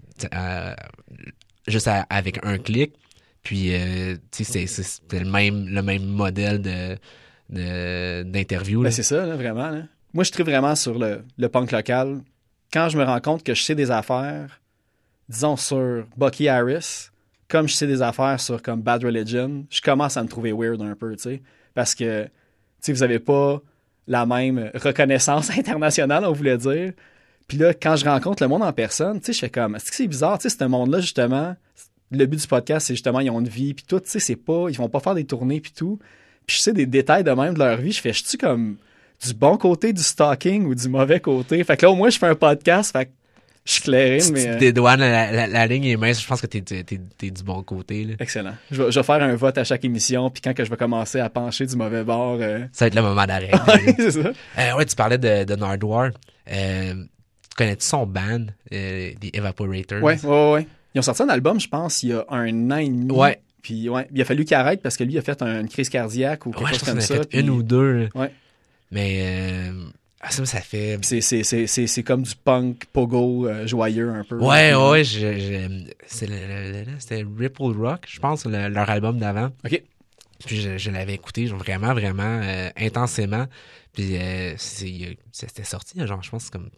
juste avec un clic. Puis, tu sais, c'était le même modèle d'interview. Ben c'est ça, là, vraiment. Là. Moi, je tripe vraiment sur le punk local. Quand je me rends compte que je sais des affaires, disons sur Bucky Harris, comme je sais des affaires sur comme Bad Religion, je commence à me trouver weird un peu, tu sais. Parce que, tu sais, vous avez pas la même reconnaissance internationale, on voulait dire. Puis là, quand je rencontre le monde en personne, tu sais, je fais comme, est-ce que c'est bizarre, tu sais, ce monde-là, justement, le but du podcast, c'est justement, ils ont une vie, puis tout, tu sais, c'est pas, ils vont pas faire des tournées, puis tout. Puis je sais des détails de même de leur vie. Je suis comme du bon côté du stalking ou du mauvais côté? Fait que là, au moins, je fais un podcast. Fait que je suis clairé, mais... Tu dédouanes, la ligne est mince. Je pense que t'es du bon côté, là. Excellent. Je vais faire un vote à chaque émission. Puis quand que je vais commencer à pencher du mauvais bord... Ça va être le moment d'arrêt. Oui, c'est ça. Ouais, tu parlais de Nardwuar. Connais-tu son band, The Evaporators? Ouais. Ils ont sorti un album, je pense, il y a 1 an et demi. Ouais. Puis ouais, il a fallu qu'il arrête parce que lui, il a fait une crise cardiaque ou quelque chose comme ça. Une ou deux. Ouais. Mais ça fait... C'est comme du punk pogo joyeux un peu. Ouais. C'était Ripple Rock, je pense, leur album d'avant. OK. Puis je l'avais écouté vraiment intensément. Puis c'était sorti, genre, je pense, comme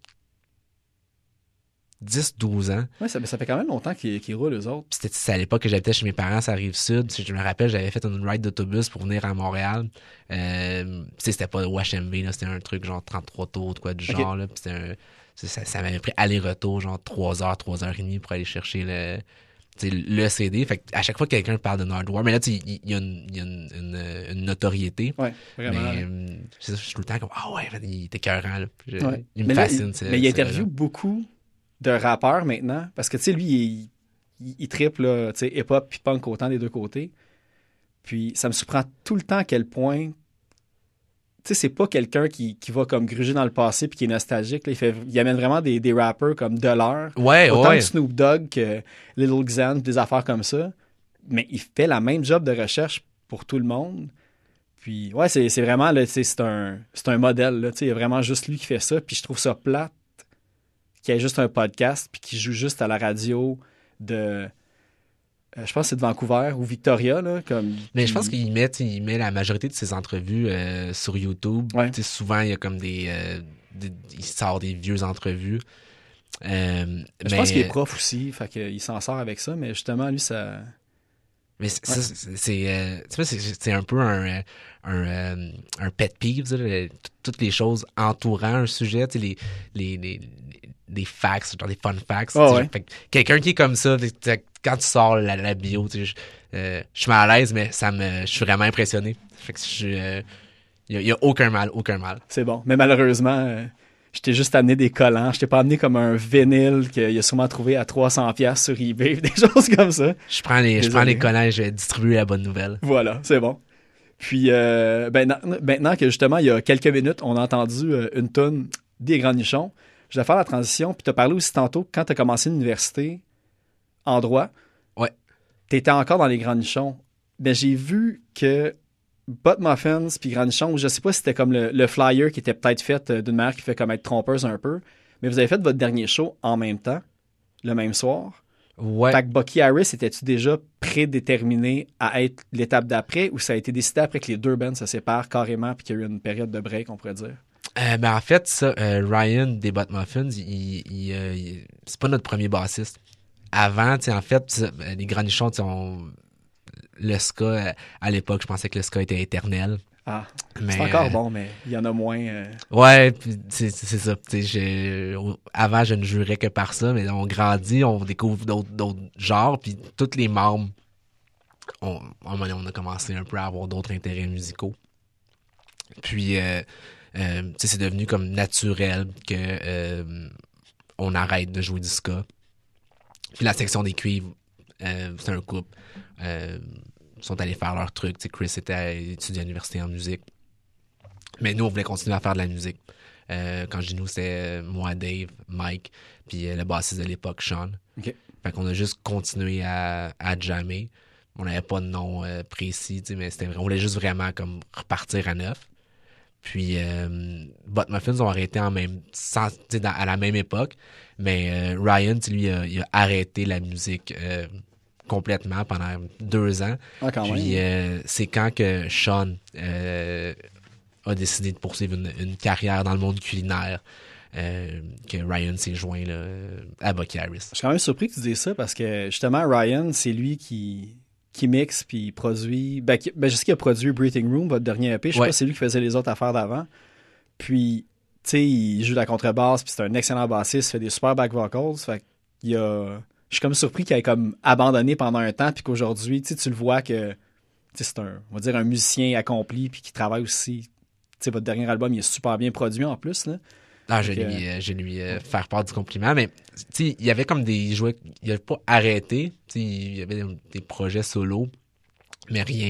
10-12 ans. Ouais, ça fait quand même longtemps qu'ils roulent, eux autres. Puis c'était à l'époque que j'habitais chez mes parents, ça Rive-Sud. Je me rappelle, j'avais fait une ride d'autobus pour venir à Montréal. C'était pas Wash MV, là, c'était un truc genre 33 tours, quoi, du genre. Là, puis ça m'avait pris aller-retour, genre 3 heures, 3 heures et demie pour aller chercher le CD. Fait à chaque fois que quelqu'un parle de Nardwuar, mais là, il y a une notoriété. Ouais, vraiment. Mais je suis tout le temps comme, ah ouais, il est écœurant. Là. Ouais. Il me fascine. Mais il interviewe beaucoup de rappeurs maintenant, parce que, tu sais, lui, il triple, là, tu sais, hip-hop puis punk autant des deux côtés. Puis ça me surprend tout le temps à quel point, tu sais, c'est pas quelqu'un qui va comme gruger dans le passé puis qui est nostalgique. Là. Il amène vraiment des rappers comme de l'heure. Ouais, autant ouais. que Snoop Dogg que Lil Xan, des affaires comme ça. Mais il fait la même job de recherche pour tout le monde. Puis, ouais, c'est vraiment, là, c'est un modèle. Là, il y a vraiment juste lui qui fait ça. Puis je trouve ça plate qui a juste un podcast puis qui joue juste à la radio de... je pense que c'est de Vancouver ou Victoria. Là, Mais je pense qu'il met la majorité de ses entrevues sur YouTube. Ouais. Souvent, il y a comme il sort des vieux entrevues. Je pense qu'il est prof aussi, fait qu'il s'en sort avec ça, mais justement, lui, ça... Mais c'est un peu un pet peeve, toutes les choses entourant un sujet, les facts, genre des fun facts. Ouais. Fait que quelqu'un qui est comme ça, quand tu sors la bio, je suis mal à l'aise, mais je suis vraiment impressionné. Fait que il y a aucun mal. C'est bon. Mais malheureusement, je t'ai juste amené des collants. Je t'ai pas amené comme un vinyle qu'il a sûrement trouvé à 300$ sur eBay, des choses comme ça. Je prends les collants et je vais distribuer la bonne nouvelle. Voilà, c'est bon. Puis, maintenant que justement, il y a quelques minutes, on a entendu une toune des Grands Nichons, je vais faire la transition. Puis, tu as parlé aussi tantôt, quand tu as commencé l'université en droit, Ouais. tu étais encore dans les Grands Nichons. Ben, j'ai vu que Butt Muffins puis Grands Nichons, je sais pas si c'était comme le flyer qui était peut-être fait d'une manière qui fait comme être trompeuse un peu, mais vous avez fait votre dernier show en même temps, le même soir. Ouais. Fait que Bucky Harris, étais-tu déjà prédéterminé à être l'étape d'après ou ça a été décidé après que les deux bands se séparent carrément puis qu'il y a eu une période de break, on pourrait dire? En fait, ça, Ryan des Butt Muffins, c'est pas notre premier bassiste. Avant, en fait, les Grands Nichons, le ska, à l'époque, je pensais que le ska était éternel. Ah, Mais, c'est encore bon, mais il y en a moins. Ouais, puis c'est ça. Avant, je ne jurais que par ça, mais on grandit, on découvre d'autres genres, puis tous les membres, on a commencé un peu à avoir d'autres intérêts musicaux. Puis, c'est devenu comme naturel que on arrête de jouer du ska. Puis la section des cuivres, c'est un couple. Sont allés faire leur truc. Chris était étudiant à l'université en musique. Mais nous, on voulait continuer à faire de la musique. Quand je dis nous, c'était moi, Dave, Mike, puis le bassiste de l'époque, Sean. OK. Fait qu'on a juste continué à jammer. On n'avait pas de nom précis, mais on voulait juste vraiment comme repartir à neuf. Puis Butt Muffins ont arrêté à la même époque, mais Ryan, lui, il a arrêté la musique complètement pendant 2 ans. Ah, quand Puis même. c'est quand que Sean a décidé de poursuivre une carrière dans le monde culinaire que Ryan s'est joint là, à Bucky Harris. Je suis quand même surpris que tu dises ça parce que justement, Ryan, c'est lui qui mixe puis produit. Je sais qu'il a produit Breathing Room, votre dernier EP. Je sais pas si c'est lui qui faisait les autres affaires d'avant. Puis, tu sais, il joue de la contrebasse puis c'est un excellent bassiste, il fait des super back vocals. Fait qu'il y a. Je suis comme surpris qu'il ait comme abandonné pendant un temps puis qu'aujourd'hui, tu le vois que c'est on va dire un musicien accompli puis qui travaille aussi. Tu sais, votre dernier album, il est super bien produit en plus, là. Ah, je vais lui faire part du compliment, mais il y avait comme des jouets, il n'avait pas arrêté, il y avait des projets solo, mais rien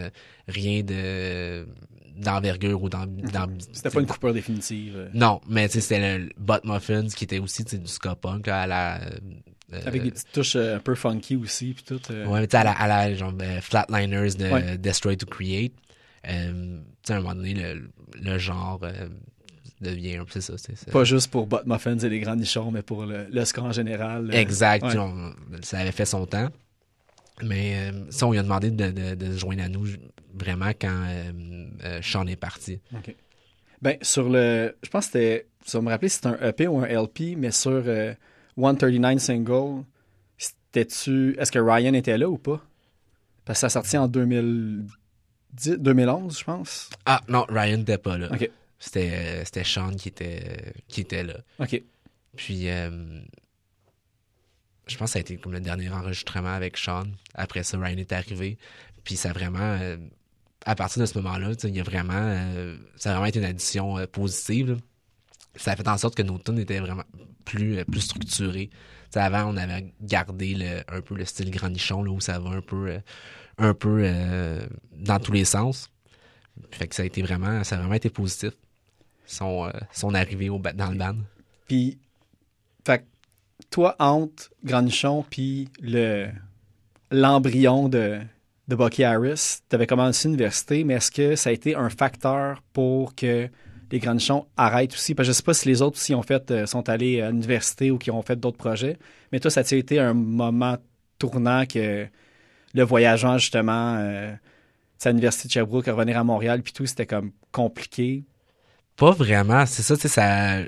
d'envergure ou C'était pas une coupure définitive. Non, mais c'était le Butt Muffins qui était aussi du ska punk là, à la avec des petites touches un peu funky aussi puis tout. Ouais, mais à la genre Flatliners de Destroy to Create. À un moment donné, le genre devient un peu ça. Pas juste pour Butt Muffins et les Grands Nichons, mais pour le ska en général. Exact. Ouais. Ça avait fait son temps. Mais ça, on lui a demandé de se joindre à nous vraiment quand Sean est parti. OK. Ben, je pense que c'était, ça me rappelait si c'était un EP ou un LP, mais sur 139 Single, est-ce que Ryan était là ou pas? Parce que ça a sorti en 2011, je pense. Ah, non, Ryan n'était pas là. OK. C'était Sean qui était là. OK. Puis, je pense que ça a été comme le dernier enregistrement avec Sean. Après ça, Ryan est arrivé. Puis, ça a vraiment... à partir de ce moment-là, ça a vraiment été une addition positive. Là. Ça a fait en sorte que nos tunes étaient vraiment plus structurées. T'sais, avant, on avait gardé un peu le style Grand Nichon, là, où ça va un peu dans tous les sens. Fait que ça a vraiment été positif. Son arrivée dans le band. Puis, fait toi, entre Grand Nichon puis l'embryon de Bucky Harris, tu avais commencé l'université, mais est-ce que ça a été un facteur pour que les Granichons arrêtent aussi. Parce que je sais pas si les autres aussi sont allés à l'université ou qui ont fait d'autres projets. Mais toi, ça a été un moment tournant que le voyageant, justement, à l'université de Sherbrooke, revenir à Montréal, puis tout, c'était comme compliqué. Pas vraiment, c'est ça, tu sais, ça,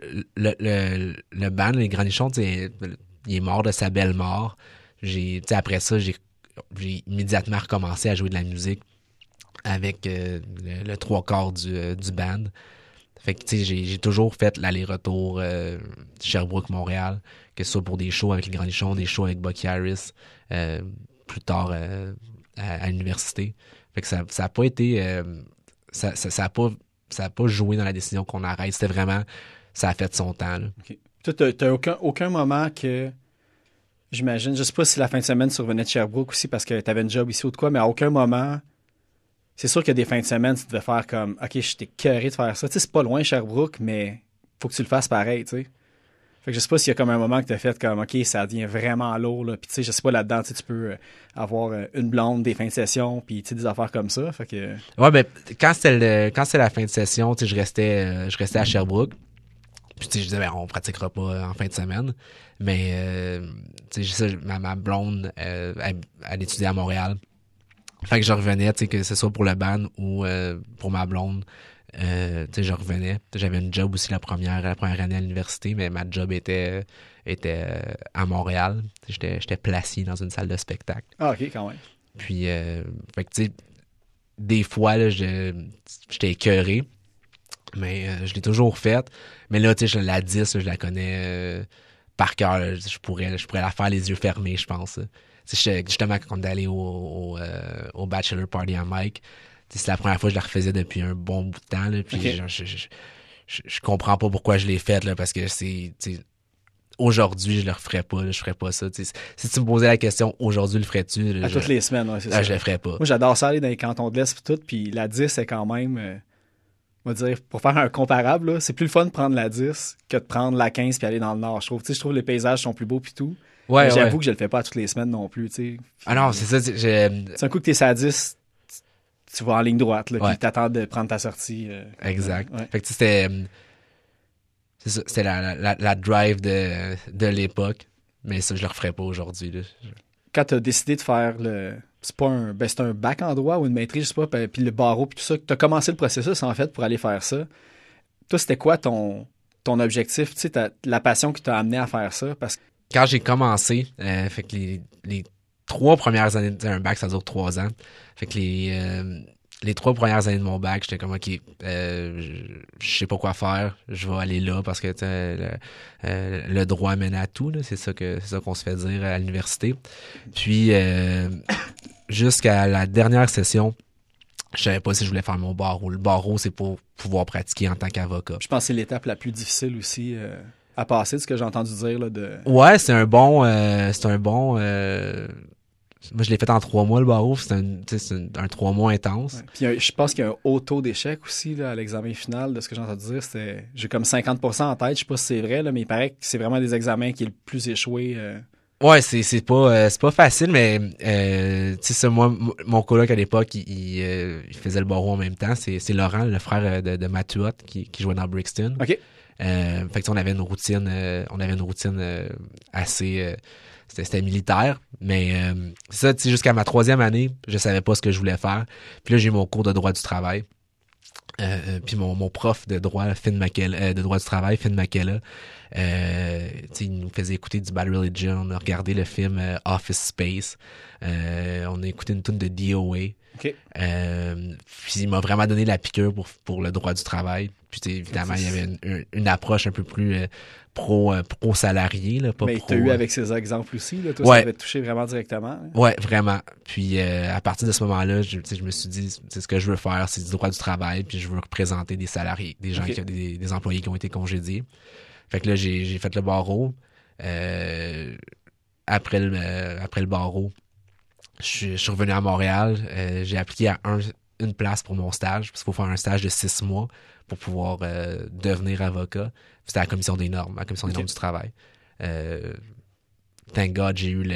le band, les Granichons, tu sais, il est mort de sa belle mort. Après ça, j'ai immédiatement recommencé à jouer de la musique avec le trois quarts du band. Fait que, tu sais, j'ai toujours fait l'aller-retour Sherbrooke-Montréal, que ce soit pour des shows avec les Granichons, des shows avec Bucky Harris, plus tard à l'université. Fait que ça a pas été... ça a pas joué dans la décision qu'on arrête. C'était vraiment... Ça a fait son temps, là. Okay. Toi, t'as aucun moment que... J'imagine, je sais pas si la fin de semaine tu revenais de Sherbrooke aussi parce que t'avais une job ici ou de quoi, mais à aucun moment, c'est sûr qu'il y a des fins de semaine, tu devais faire comme, OK, j'étais curé de faire ça. Tu sais, c'est pas loin Sherbrooke, mais faut que tu le fasses pareil, tu sais. Fait que je sais pas s'il y a comme un moment que t'as fait comme, OK, ça devient vraiment lourd, là. Puis tu sais, je sais pas, là-dedans, tu peux avoir une blonde, des fins de session, puis tu sais, des affaires comme ça. Fait que... Ouais, ben, quand c'était la fin de session, tu sais, je restais à Sherbrooke. Puis tu sais, je disais, ben, on pratiquera pas en fin de semaine. Mais, tu sais, ma blonde, elle étudiait à Montréal. Fait que je revenais, tu sais, que ce soit pour le band ou pour ma blonde. Tu sais, je revenais. J'avais une job aussi la première année à l'université, mais ma job était à Montréal. J'étais placé dans une salle de spectacle. Ah, OK, quand même. Puis, fait que tu sais, des fois, là, j'étais écœuré. Mais je l'ai toujours faite. Mais là, tu sais, la 10, je la connais par cœur. Là. Je pourrais la faire les yeux fermés, je pense. Justement, quand on est allé au Bachelor Party à Mike, c'est la première fois que je la refaisais depuis un bon bout de temps. Là, puis okay. Genre, je comprends pas pourquoi je l'ai faite, là, parce que c'est... Aujourd'hui, je le referais pas, là, je ferais pas ça. T'sais. Si tu me posais la question, aujourd'hui, le ferais-tu? Là, toutes les semaines, ouais, c'est ça. Je le ferais pas. Moi, j'adore ça aller dans les cantons de l'Est et tout, puis la 10, c'est quand même... on va dire, pour faire un comparable, là, c'est plus le fun de prendre la 10 que de prendre la 15 puis aller dans le nord. Je trouve que les paysages sont plus beaux puis tout. Ouais, mais j'avoue que je le fais pas toutes les semaines non plus. T'sais. Ah non, c'est ça. C'est un coup que t'es à 10, tu vas en ligne droite, là, ouais. puis t'attends de prendre ta sortie. Exact. Ouais. Fait que c'était la drive de l'époque, mais ça, je le referais pas aujourd'hui. Là. Quand t'as décidé de faire c'est un bac en droit ou une maîtrise, je sais pas, puis le barreau, puis tout ça, t'as commencé le processus, en fait, pour aller faire ça. Toi, c'était quoi ton objectif, tu sais, la passion qui t'a amené à faire ça? Parce que... Quand j'ai commencé, fait que les 3 premières années, un bac, ça dure 3 ans. Fait que les 3 premières années de mon bac, j'étais comme, OK, je sais pas quoi faire, je vais aller là parce que le droit mène à tout, là, c'est ça qu'on se fait dire à l'université. Puis, jusqu'à la dernière session, je savais pas si je voulais faire mon barreau. Le barreau, c'est pour pouvoir pratiquer en tant qu'avocat. Je pense que c'est l'étape la plus difficile aussi à passer, de ce que j'ai entendu dire. Là, Ouais, c'est un bon... Moi, je l'ai fait en 3 mois, le barreau. C'est un 3 mois intense. Ouais. Puis je pense qu'il y a un haut taux d'échec aussi là, à l'examen final, de ce que j'ai entendu dire. J'ai comme 50% en tête. Je sais pas si c'est vrai, là, mais il paraît que c'est vraiment des examens qui est le plus échoué. Ouais, c'est pas facile, mais tu sais, moi, mon coloc à l'époque, il faisait le barreau en même temps. C'est Laurent, le frère de Matthew Hutt, qui jouait dans Brixton. OK. Fait que on avait une routine assez c'était militaire, mais ça, tu sais, jusqu'à ma 3e année, je savais pas ce que je voulais faire. Puis là, j'ai eu mon cours de droit du travail. Puis mon prof de droit de droit du travail, Finn McKella, il nous faisait écouter du Bad Religion, on a regardé le film Office Space, on a écouté une tune de DOA. Okay. Puis il m'a vraiment donné la piqûre pour le droit du travail. Puis évidemment, il y avait une approche un peu plus pro salarié, là, pas mais pro. Mais t'as eu avec ces exemples aussi, là, toi, ouais. Ça avait touché vraiment directement. Hein? Ouais, vraiment. Puis à partir de ce moment-là, je me suis dit, c'est ce que je veux faire, c'est du droit du travail, puis je veux représenter des salariés, des gens okay. des employés qui ont été congédiés. Fait que là, j'ai fait le barreau. Après le barreau, je suis revenu à Montréal. J'ai appliqué à une place pour mon stage, parce qu'il faut faire un stage de 6 mois pour pouvoir devenir avocat. C'était à la commission des normes, du travail. Thank God, j'ai eu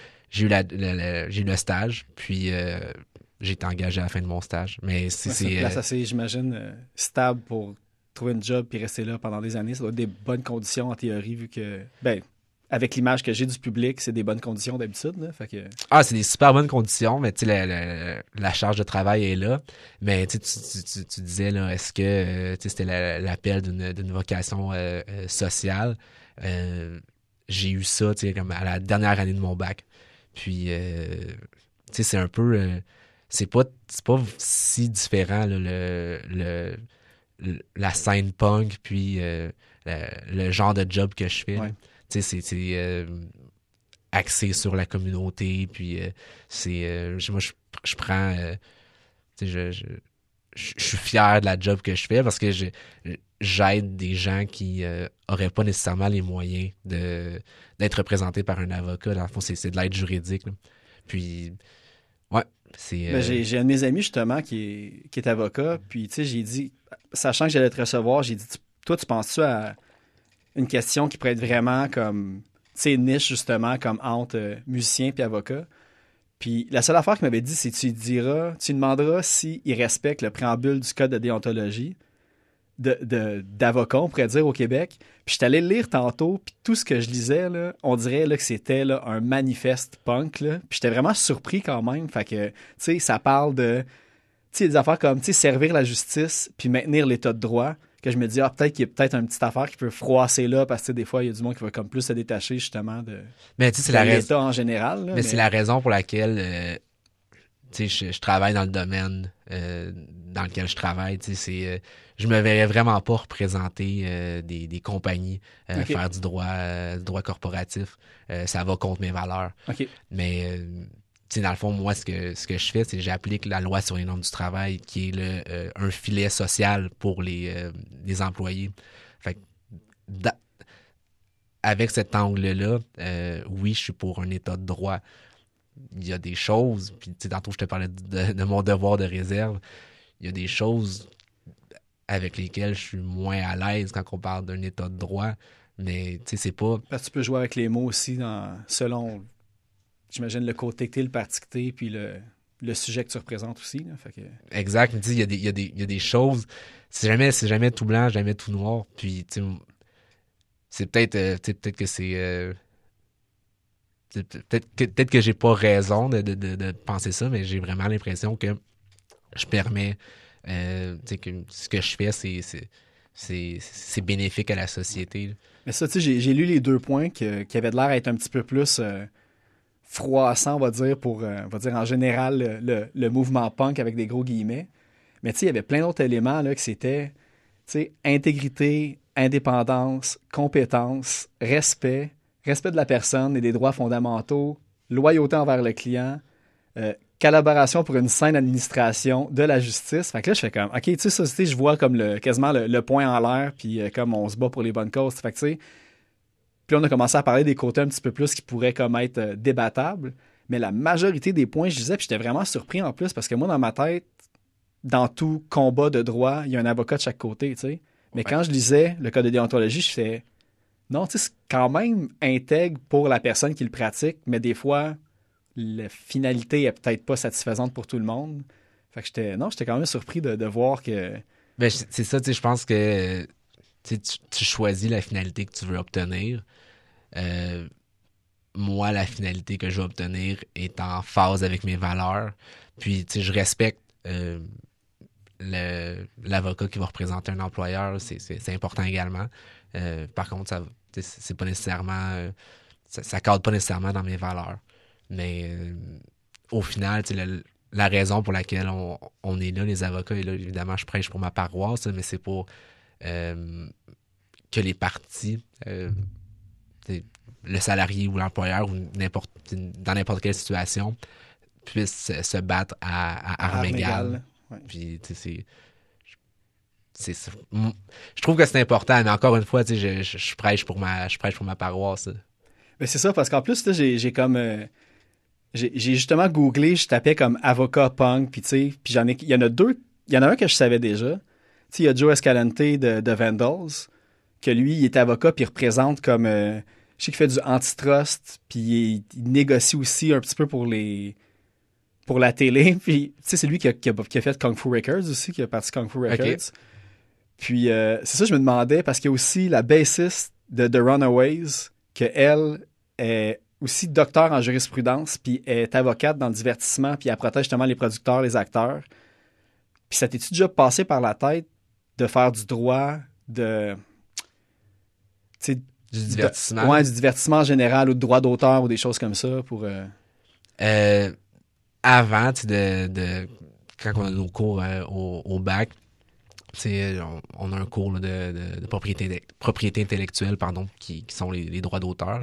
le stage, puis j'ai été engagé à la fin de mon stage. Mais c'est une place assez, j'imagine, stable pour trouver une job puis rester là pendant des années. Ça doit être des bonnes conditions en théorie, vu que, avec l'image que j'ai du public, c'est des bonnes conditions d'habitude. Là, fait que... Ah, c'est des super bonnes conditions, mais tu sais, la charge de travail est là. Mais tu disais, là, est-ce que c'était l'appel d'une vocation sociale? J'ai eu ça, tu sais, comme à la dernière année de mon bac. Puis, tu sais, c'est un peu... c'est pas si différent, là, la scène punk, puis le genre de job que je fais. Ouais. Tu sais, c'est axé sur la communauté, puis moi, je prends... tu sais, je suis fier de la job que je fais parce que j'aide des gens qui auraient pas nécessairement les moyens d'être représentés par un avocat. Dans le fond, c'est de l'aide juridique, là. Puis, ouais, c'est... j'ai un de mes amis, justement, qui est avocat, puis, tu sais, j'ai dit, sachant que j'allais te recevoir, j'ai dit, toi, tu penses-tu à une question qui pourrait être vraiment comme, tu sais, niche, justement, comme entre musicien puis avocat? Puis la seule affaire qu'il m'avait dit, c'est que tu demanderas s'il respecte le préambule du code de déontologie d'avocat, on pourrait dire, au Québec. Puis je suis allé le lire tantôt, puis tout ce que je lisais, là, on dirait là, que c'était là, un manifeste punk. Là. Puis j'étais vraiment surpris quand même. Fait que, tu sais, ça parle de, tu sais, des affaires comme, tu sais, servir la justice puis maintenir l'état de droit. Que je me dis, peut-être qu'il y a peut-être une petite affaire qui peut froisser là, parce que des fois, il y a du monde qui va comme plus se détacher justement de l'État en général. Là, mais c'est la raison pour laquelle je travaille dans le domaine dans lequel je travaille. Je me verrais vraiment pas représenter des compagnies, faire du droit corporatif. Ça va contre mes valeurs. Okay. Mais dans le fond, moi, ce que je fais, c'est que j'applique la loi sur les normes du travail, qui est un filet social pour les employés. Fait que, avec cet angle-là, oui, je suis pour un état de droit. Il y a des choses, puis tantôt je te parlais de mon devoir de réserve, il y a des choses avec lesquelles je suis moins à l'aise quand on parle d'un état de droit, mais c'est pas... Parce que tu peux jouer avec les mots aussi selon... J'imagine le côté que t'es, le parti que t'es, puis le sujet que tu représentes aussi. Là, fait que... Exact, mais il y a des choses, c'est jamais tout blanc, jamais tout noir, puis c'est peut-être que c'est... peut-être que j'ai pas raison de penser ça, mais j'ai vraiment l'impression que je permets que ce que je fais, c'est bénéfique à la société. Là. Mais ça, tu sais, j'ai lu les 2 points qui avaient de l'air à être un petit peu plus... froissant, on va dire, pour en général le mouvement punk avec des gros guillemets. Mais tu sais, il y avait plein d'autres éléments là, que c'était, tu sais, intégrité, indépendance, compétence, respect de la personne et des droits fondamentaux, loyauté envers le client, collaboration pour une saine administration de la justice. Fait que là, je fais comme, OK, tu sais, ça, je vois comme quasiment le point en l'air, puis comme on se bat pour les bonnes causes. Fait que tu sais, puis on a commencé à parler des côtés un petit peu plus qui pourraient comme être débattables. Mais la majorité des points, je disais, puis j'étais vraiment surpris en plus, parce que moi, dans ma tête, dans tout combat de droit, il y a un avocat de chaque côté, tu sais. Mais quand je lisais le code de déontologie, je fais, non, tu sais, c'est quand même intègre pour la personne qui le pratique, mais des fois, la finalité est peut-être pas satisfaisante pour tout le monde. Fait que j'étais quand même surpris de voir que... Ben, c'est ça, tu sais, je pense que tu choisis la finalité que tu veux obtenir. Moi, la finalité que je veux obtenir est en phase avec mes valeurs. Puis, tu sais, je respecte l'avocat qui va représenter un employeur. C'est important également. Par contre, c'est pas nécessairement... ça cadre pas nécessairement dans mes valeurs. Mais au final, tu sais, la raison pour laquelle on est là, les avocats, et là, évidemment, je prêche pour ma paroisse, mais c'est pour... que les parties, le salarié ou l'employeur, ou dans n'importe quelle situation, puissent se battre à armes égales. Ouais. Puis, tu sais, je trouve que c'est important, mais encore une fois, tu sais, je prêche pour ma paroisse. Mais c'est ça, parce qu'en plus, j'ai comme... j'ai justement googlé, je tapais comme avocat punk, puis tu sais, puis il y en a 2, il y en a un que je savais déjà. Tu sais, il y a Joe Escalante de Vandals, que lui, il est avocat, puis il représente comme... je sais qu'il fait du antitrust, puis il négocie aussi un petit peu pour la télé. Puis, tu sais, c'est lui qui a fait Kung Fu Records aussi, qui a parti Kung Fu Records. Okay. Puis c'est ça, je me demandais, parce qu'il y a aussi la bassiste de The Runaways, qu'elle est aussi docteur en jurisprudence, puis est avocate dans le divertissement, puis elle protège justement les producteurs, les acteurs. Puis ça t'es-tu déjà passé par la tête de faire du droit, du divertissement? Ouais, du divertissement en général, ou de droit d'auteur, ou des choses comme ça, pour... Avant, quand on a nos cours au bac, on a un cours là, de propriété intellectuelle, qui sont les droits d'auteur.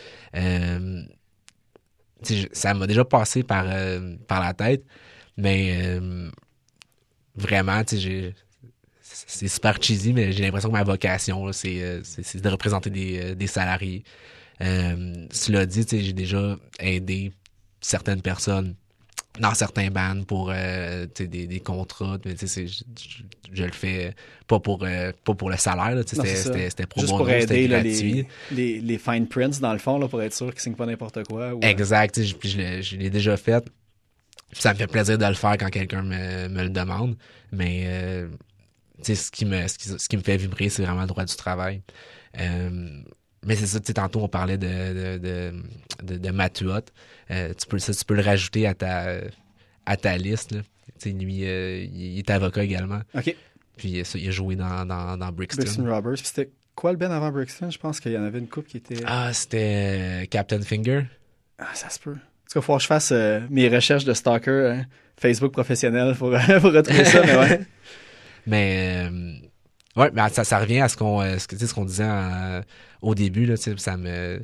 Ça m'a déjà passé par la tête, mais vraiment, c'est super cheesy, mais j'ai l'impression que ma vocation, là, c'est de représenter des salariés. Cela dit, j'ai déjà aidé certaines personnes dans certains bands pour des contrats, mais je le fais pas pour le salaire, là, c'était pro juste bono, pour aider c'était là, gratuit. les fine prints dans le fond là, pour être sûr qu'ils signent pas n'importe quoi. Ou, exact, je l'ai déjà fait. Ça me fait plaisir de le faire quand quelqu'un me le demande, mais ce qui me fait vibrer, c'est vraiment le droit du travail. Mais c'est ça, tantôt on parlait de Matthew Hutt. Tu peux le rajouter à ta liste, là. Lui, il est avocat également. OK. Puis il a joué dans Brixton. Brixton Robbers. Puis c'était quoi le band avant Brixton? Je pense qu'il y en avait une couple qui était... Ah, c'était Captain Finger. Ah, ça se peut. En tout cas, il faut que je fasse mes recherches de stalker Facebook professionnel pour retrouver ça, mais ouais. Mais ouais, mais ça revient à ce qu'on disait au début, là, ça me...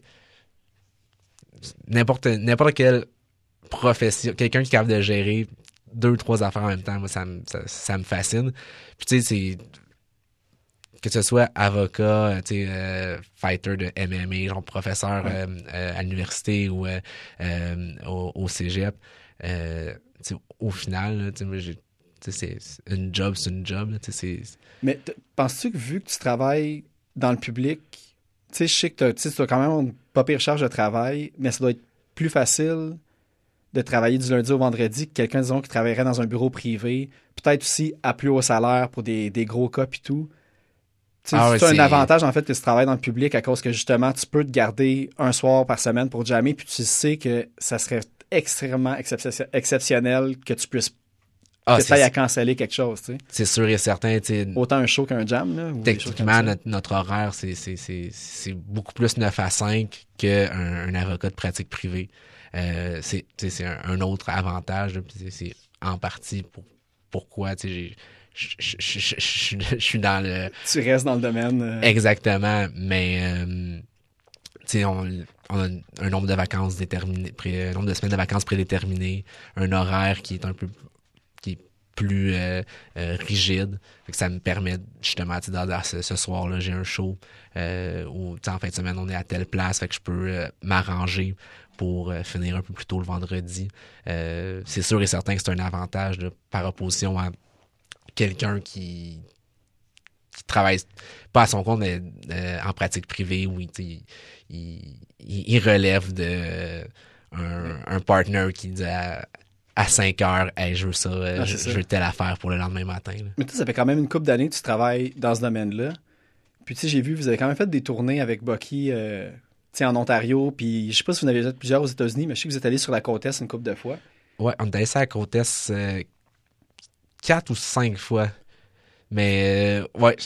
N'importe quelle profession, quelqu'un qui est capable de gérer 2-3 affaires en même temps, moi, ça me fascine. Puis tu sais, que ce soit avocat, fighter de MMA, genre professeur à l'université ou au cégep, au final, là, moi, c'est une job, c'est une job. Là, mais penses-tu que vu que tu travailles dans le public, je sais que tu as quand même une pas pire charge de travail, mais ça doit être plus facile de travailler du lundi au vendredi que quelqu'un, disons, qui travaillerait dans un bureau privé, peut-être aussi à plus haut salaire pour des gros cas et tout. C'est un avantage, en fait, que tu travailles dans le public à cause que, justement, tu peux te garder un soir par semaine pour jammer, puis tu sais que ça serait extrêmement exceptionnel que tu puisses que tu ailles à canceller quelque chose, tu sais. C'est sûr et certain, tu sais. Autant un show qu'un jam, là. Techniquement, notre horaire, c'est beaucoup plus 9 à 5 qu'un avocat de pratique privée. C'est un autre avantage, là, c'est en partie pourquoi, tu sais, je suis dans le... Tu restes dans le domaine. Exactement, mais tu sais, on a un nombre de vacances déterminé, un nombre de semaines de vacances prédéterminé, un horaire qui est un peu plus rigide. Fait que ça me permet justement, ce soir-là, j'ai un show où en fin de semaine, on est à telle place, fait que je peux m'arranger pour finir un peu plus tôt le vendredi. C'est sûr et certain que c'est un avantage par opposition à quelqu'un qui travaille pas à son compte, mais en pratique privée, où il relève de un partner qui dit à 5 heures, hey, je veux ça, je veux telle affaire pour le lendemain matin. Là. Mais ça fait quand même une couple d'années que tu travailles dans ce domaine-là. Puis tu sais, j'ai vu, vous avez quand même fait des tournées avec Bucky en Ontario, puis je sais pas si vous en avez fait plusieurs aux États-Unis, mais je sais que vous êtes allé sur la côte Est une couple de fois. Ouais, on est allé sur la côte Est 4 ou 5 fois. Mais ouais,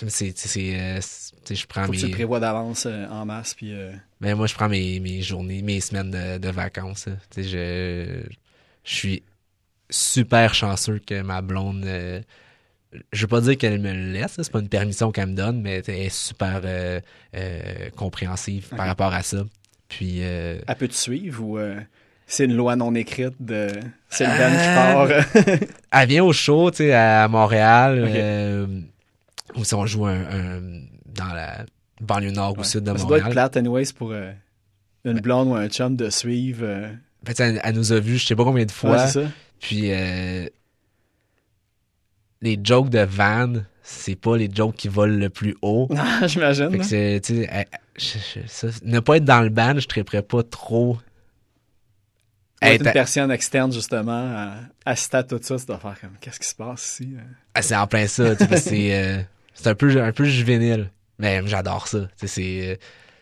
je prends Faut mes... que tu le prévois d'avance en masse, puis... Mais moi, je prends mes journées, mes semaines de vacances. Je suis super chanceux que ma blonde... je veux pas dire qu'elle me le laisse, c'est pas une permission qu'elle me donne, mais elle est super compréhensive par rapport à ça. Puis... Elle peut te suivre ou... C'est une loi non écrite de... C'est le band qui part. Elle vient au show, tu sais, à Montréal, où si on joue dans la banlieue nord ou sud de Montréal. Ça doit être plate, anyways, pour une blonde ou un chum de suivre. En fait, elle nous a vus, je sais pas combien de fois. Ouais, c'est ça. Puis, les jokes de Van, c'est pas les jokes qui volent le plus haut. Non, j'imagine. Fait que c'est, tu sais, ne pas être dans le band, je triperais pas trop. Être une personne externe, justement, assistant à tout ça, tu dois faire comme, qu'est-ce qui se passe ici? C'est en plein ça, tu sais, c'est un peu juvénile. Mais j'adore ça. Oui,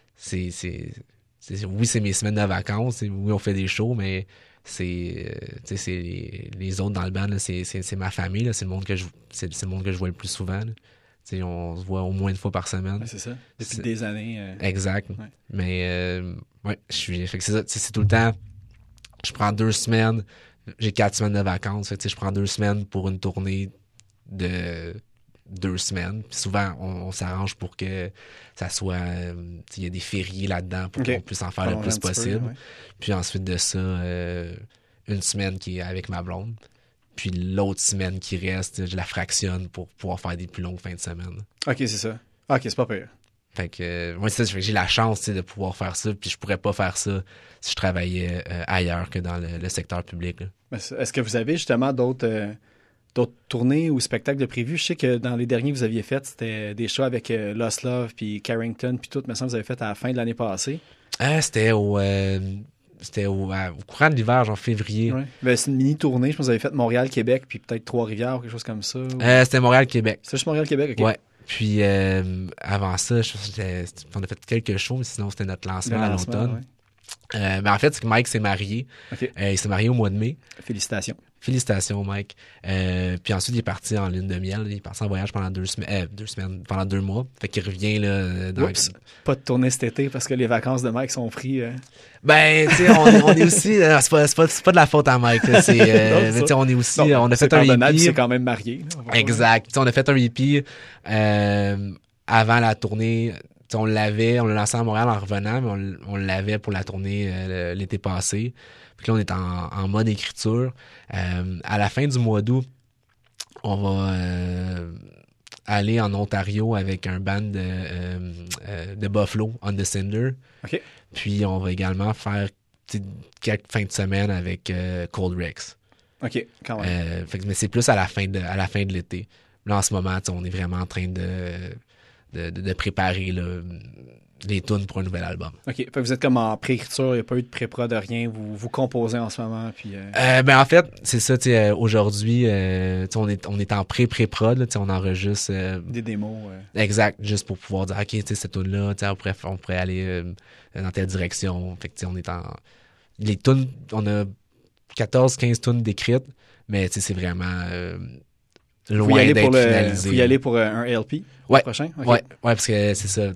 c'est mes semaines de vacances. Oui, on fait des shows, mais c'est les autres dans le band, là, c'est ma famille. Là, c'est le monde que je vois le plus souvent. Là. On se voit au moins une fois par semaine. Ouais, c'est ça. Depuis des années. Exact. Ouais. Mais fait que c'est ça. C'est tout le temps. Je prends 2 semaines. J'ai 4 semaines de vacances. Fait que, je prends 2 semaines pour une tournée de 2 semaines. Puis souvent, on s'arrange pour que ça soit... il y a des fériés là-dedans pour qu'on puisse en faire le plus possible. Peu, ouais. Puis ensuite de ça, une semaine qui est avec ma blonde. Puis l'autre semaine qui reste, je la fractionne pour pouvoir faire des plus longues fins de semaine. OK, c'est ça. OK, c'est pas pire. Fait que moi, c'est ça, j'ai la chance de pouvoir faire ça. Puis je pourrais pas faire ça si je travaillais ailleurs que dans le secteur public. Là. Est-ce que vous avez justement d'autres tournées ou spectacles de prévus? Je sais que dans les derniers que vous aviez fait, c'était des shows avec Lost Love puis Carrington puis tout, mais ça vous avez fait à la fin de l'année passée. C'était au courant de l'hiver, genre février. Ouais. Ben, c'est une mini-tournée. Je pense que vous avez fait Montréal-Québec puis peut-être Trois-Rivières ou quelque chose comme ça. Ou... C'était Montréal-Québec. C'est juste Montréal-Québec, OK. Ouais. Puis avant ça, on a fait quelques shows, mais sinon c'était notre lancement à l'automne. Ouais. Mais en fait, c'est que Mike s'est marié. Okay. Il s'est marié au mois de mai. Félicitations. Félicitations, Mike. Puis ensuite, il est parti en lune de miel. Il est parti en voyage pendant 2 semaines, pendant 2 mois. Fait qu'il revient là. Pas de tournée cet été parce que les vacances de Mike sont prises. Ben, tu sais, on est aussi. C'est pas de la faute à Mike. Mais tu sais, on est aussi. Non, on a fait un EP. C'est quand même marié. Là, exact. Tu sais, on a fait un EP avant la tournée. On l'a lancé à Montréal en revenant, mais on l'avait pour la tournée l'été passé. Puis là, on est en mode écriture. À la fin du mois d'août, on va aller en Ontario avec un band de Buffalo, On the Cinder. Okay. Puis on va également faire quelques fins de semaine avec Cold Rex. OK, quand même. Mais c'est plus à la fin de l'été. Là, en ce moment, on est vraiment en train de préparer les tunes pour un nouvel album. OK. Fait que vous êtes comme en préécriture, il n'y a pas eu de pré-prod de rien, vous composez en ce moment. Puis, en fait, c'est ça, aujourd'hui, on est en pré-prod, on enregistre... des démos. Exact, juste pour pouvoir dire, OK, cette tune-là, on pourrait aller dans telle direction. Fait que on est en... Les tunes, on a 14-15 tunes décrites, mais c'est vraiment... loin d'être finalisé. Vous y allez pour un LP prochain? Okay. Ouais, parce que c'est ça.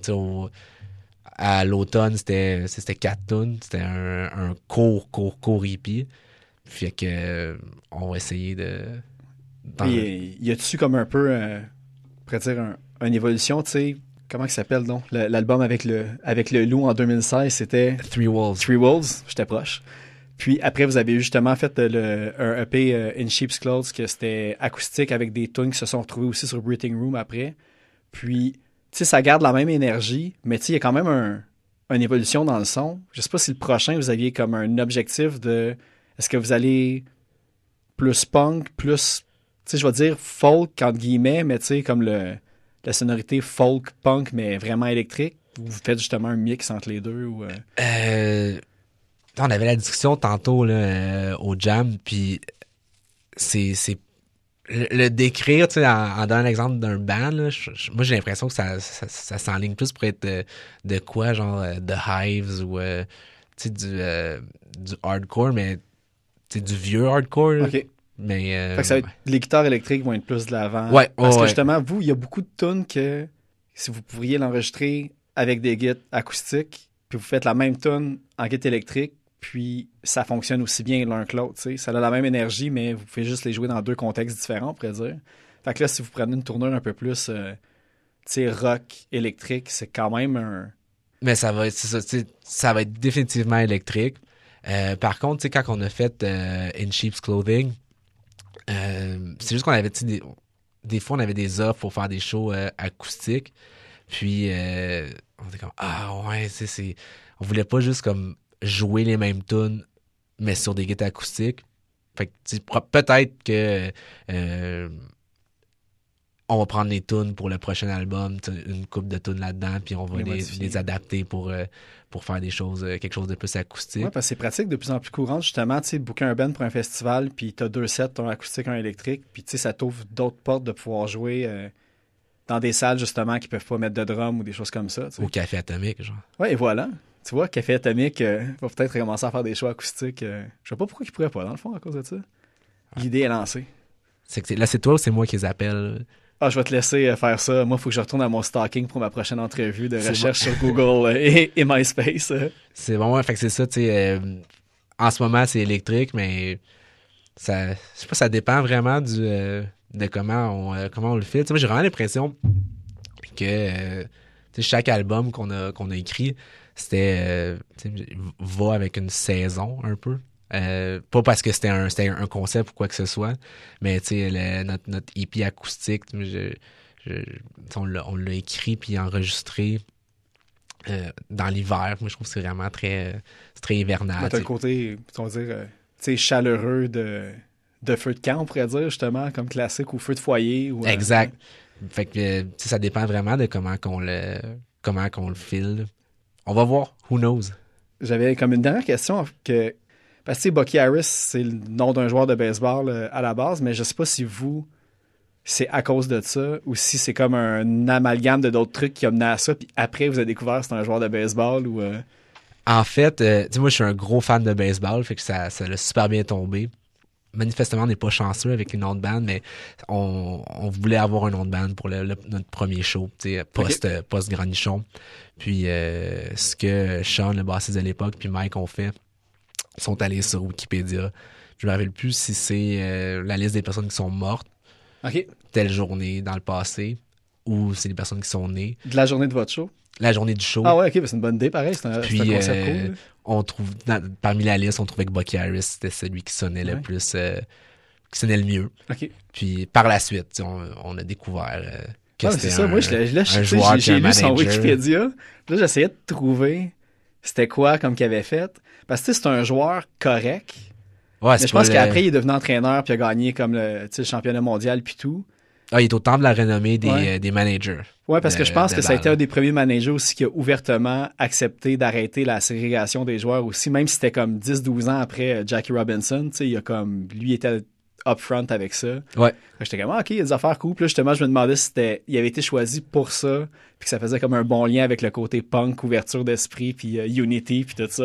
À l'automne, c'était 4 tunes. C'était un court EP. Fait que on va essayer de... Y a-tu comme un peu, on pourrait dire, une évolution, tu sais, comment il s'appelle donc? L'album avec le loup en 2016, c'était... Three Wolves, j'étais proche. Puis après, vous avez justement fait un EP In Sheep's Clothes, que c'était acoustique avec des tunes qui se sont retrouvées aussi sur Breathing Room après. Puis, tu sais, ça garde la même énergie, mais tu sais, il y a quand même une évolution dans le son. Je sais pas si le prochain, vous aviez comme un objectif de... Est-ce que vous allez plus punk, plus... Tu sais, je vais dire folk, entre guillemets, mais tu sais, comme la sonorité folk-punk, mais vraiment électrique. Ou vous faites justement un mix entre les deux ou... On avait la discussion tantôt là, au jam, puis c'est le décrire, tu sais, en donnant l'exemple d'un band, là, moi j'ai l'impression que ça s'enligne plus pour être de quoi, genre The Hives ou tu sais, du hardcore, mais tu sais, du vieux hardcore. Là. OK. Mais, fait que ça va être, les guitares électriques vont être plus de l'avant. Ouais, parce que justement, vous, il y a beaucoup de tunes que si vous pourriez l'enregistrer avec des guitares acoustiques, puis vous faites la même tune en guitare électrique, puis ça fonctionne aussi bien l'un que l'autre. T'sais. Ça a la même énergie, mais vous pouvez juste les jouer dans 2 contextes différents, on pourrait dire. Fait que là, si vous prenez une tournure un peu plus rock électrique, c'est quand même un... Mais ça va être, ça va être définitivement électrique. Par contre, quand on a fait In Sheep's Clothing, c'est juste qu'on avait des fois on avait des offres pour faire des shows acoustiques. Puis on était comme on voulait pas juste comme jouer les mêmes tunes mais sur des guitares acoustiques. Fait que peut-être que on va prendre les tunes pour le prochain album, une couple de tunes là-dedans, puis on va les adapter pour faire des choses, quelque chose de plus acoustique. Oui, parce que c'est pratique de plus en plus courant, justement, tu sais, booker un band pour un festival, puis t'as 2 sets, un acoustique, un électrique, puis tu sais, ça t'ouvre d'autres portes de pouvoir jouer dans des salles, justement, qui peuvent pas mettre de drum ou des choses comme ça. Tu sais. Au Café Atomique, genre. Ouais, et voilà. Tu vois, Café Atomique va peut-être commencer à faire des shows acoustiques. Je sais pas pourquoi ils pourraient pas, dans le fond, à cause de ça. L'idée est lancée. Là, c'est toi ou c'est moi qui les appelle? Ah, je vais te laisser faire ça. Moi, il faut que je retourne à mon stalking pour ma prochaine entrevue de C'est recherche sur Google et MySpace. C'est bon, ouais, fait que c'est ça, tu sais. En ce moment, c'est électrique, mais ça, je sais pas, ça dépend vraiment de comment on le fait. Tu sais, moi, j'ai vraiment l'impression que tu sais, chaque album qu'on a écrit, c'était tu sais, va avec une saison un peu. Pas parce que c'était un concept ou quoi que ce soit, mais tu sais, notre EP acoustique, on l'a écrit puis enregistré dans l'hiver. Moi, je trouve que c'est vraiment c'est très hivernal. T'as le côté, on va dire, tu sais, chaleureux de feu de camp, on pourrait dire, justement, comme classique, ou feu de foyer. Ou, exact. Fait que tu sais, ça dépend vraiment de comment qu'on le file. On va voir. Who knows? J'avais comme une dernière question que... Parce que, tu sais, Bucky Harris, c'est le nom d'un joueur de baseball à la base, mais je sais pas si c'est à cause de ça ou si c'est comme un amalgame de d'autres trucs qui a mené à ça, puis après, vous avez découvert que c'est un joueur de baseball ou... En fait, tu sais, moi, je suis un gros fan de baseball, fait que ça l'a super bien tombé. Manifestement, on n'est pas chanceux avec les noms de band, mais on voulait avoir un nom de band pour notre premier show, tu sais, post Granichon. Puis, ce que Sean, le bassiste de l'époque, puis Mike ont fait, sont allés sur Wikipédia. Je me rappelle plus si c'est la liste des personnes qui sont mortes telle journée dans le passé ou c'est les personnes qui sont nées. De la journée de votre show? La journée du show. Ah ouais, ok, c'est une bonne idée, pareil. C'est un concept cool. On trouve, parmi la liste, on trouvait que Bucky Harris, c'était celui qui sonnait le plus, qui sonnait le mieux. Ok. Puis par la suite, on a découvert que c'était c'est ça. Moi, un joueur j'ai lu son manager. Wikipédia. Là, j'essayais de trouver c'était quoi comme qu'il avait fait. Parce que c'est un joueur correct. Ouais, mais je pense qu'après, il est devenu entraîneur puis il a gagné comme le championnat mondial puis tout. Ah, il est au temps de la renommée des managers. Oui, parce que je pense que ça a été un des premiers managers aussi qui a ouvertement accepté d'arrêter la ségrégation des joueurs aussi, même si c'était comme 10-12 ans après Jackie Robinson. Tu sais, il a comme, lui était upfront avec ça. Ouais. J'étais comme, OK, il y a des affaires cool. Puis là, justement, je me demandais si il avait été choisi pour ça, puis que ça faisait comme un bon lien avec le côté punk, ouverture d'esprit, puis Unity, puis tout ça.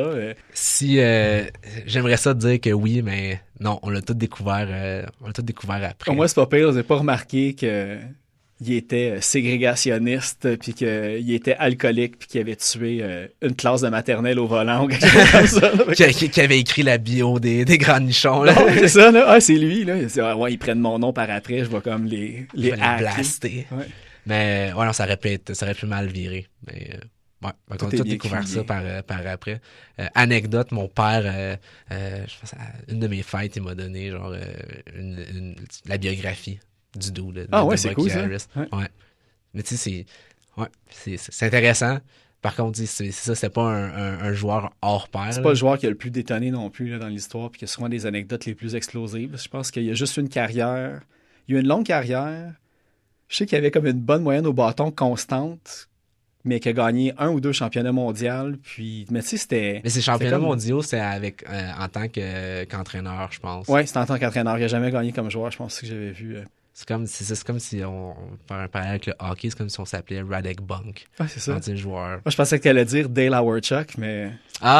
Si j'aimerais ça te dire que oui, mais non, on l'a tout découvert après. Moi, c'est pas pire, j'ai pas remarqué que il était ségrégationniste, puis qu'il était alcoolique, puis qu'il avait tué une classe de maternelle au volant ou quelque chose comme ça. Qui avait écrit la bio des grands nichons. Là. Non, c'est ça, là. Ah, c'est lui, là. Ouais, ils prennent mon nom par après, je vais comme les blaster. Ouais. Mais ouais, non, ça aurait pu mal virer. Mais ouais, on a tout découvert ça par après. Anecdote, mon père, je pense à une de mes fêtes, il m'a donné genre la biographie du dude. Ouais, c'est cool, ça. Ouais. Mais tu sais, c'est intéressant. Par contre, c'est ça, c'est pas un joueur hors pair. C'est pas le joueur qui a le plus détonné non plus là, dans l'histoire, puis qui a souvent des anecdotes les plus explosives. Je pense qu'il y a juste une carrière. Il y a une longue carrière. Je sais qu'il y avait comme une bonne moyenne au bâton constante, mais qui a gagné 1 ou 2 championnats mondiaux. Puis, mais tu sais, c'était... Mais ces championnats mondiaux, c'est avec en tant qu'entraîneur, je pense. Oui, c'était en tant qu'entraîneur. Il n'a jamais gagné comme joueur, je pense que j'avais vu. C'est comme si on fait un parallèle avec le hockey, c'est comme si on s'appelait Radek Bunk. Ah, c'est ça. Quand joueur. Moi, je pensais que tu allais dire Dale Hawerchuk, mais...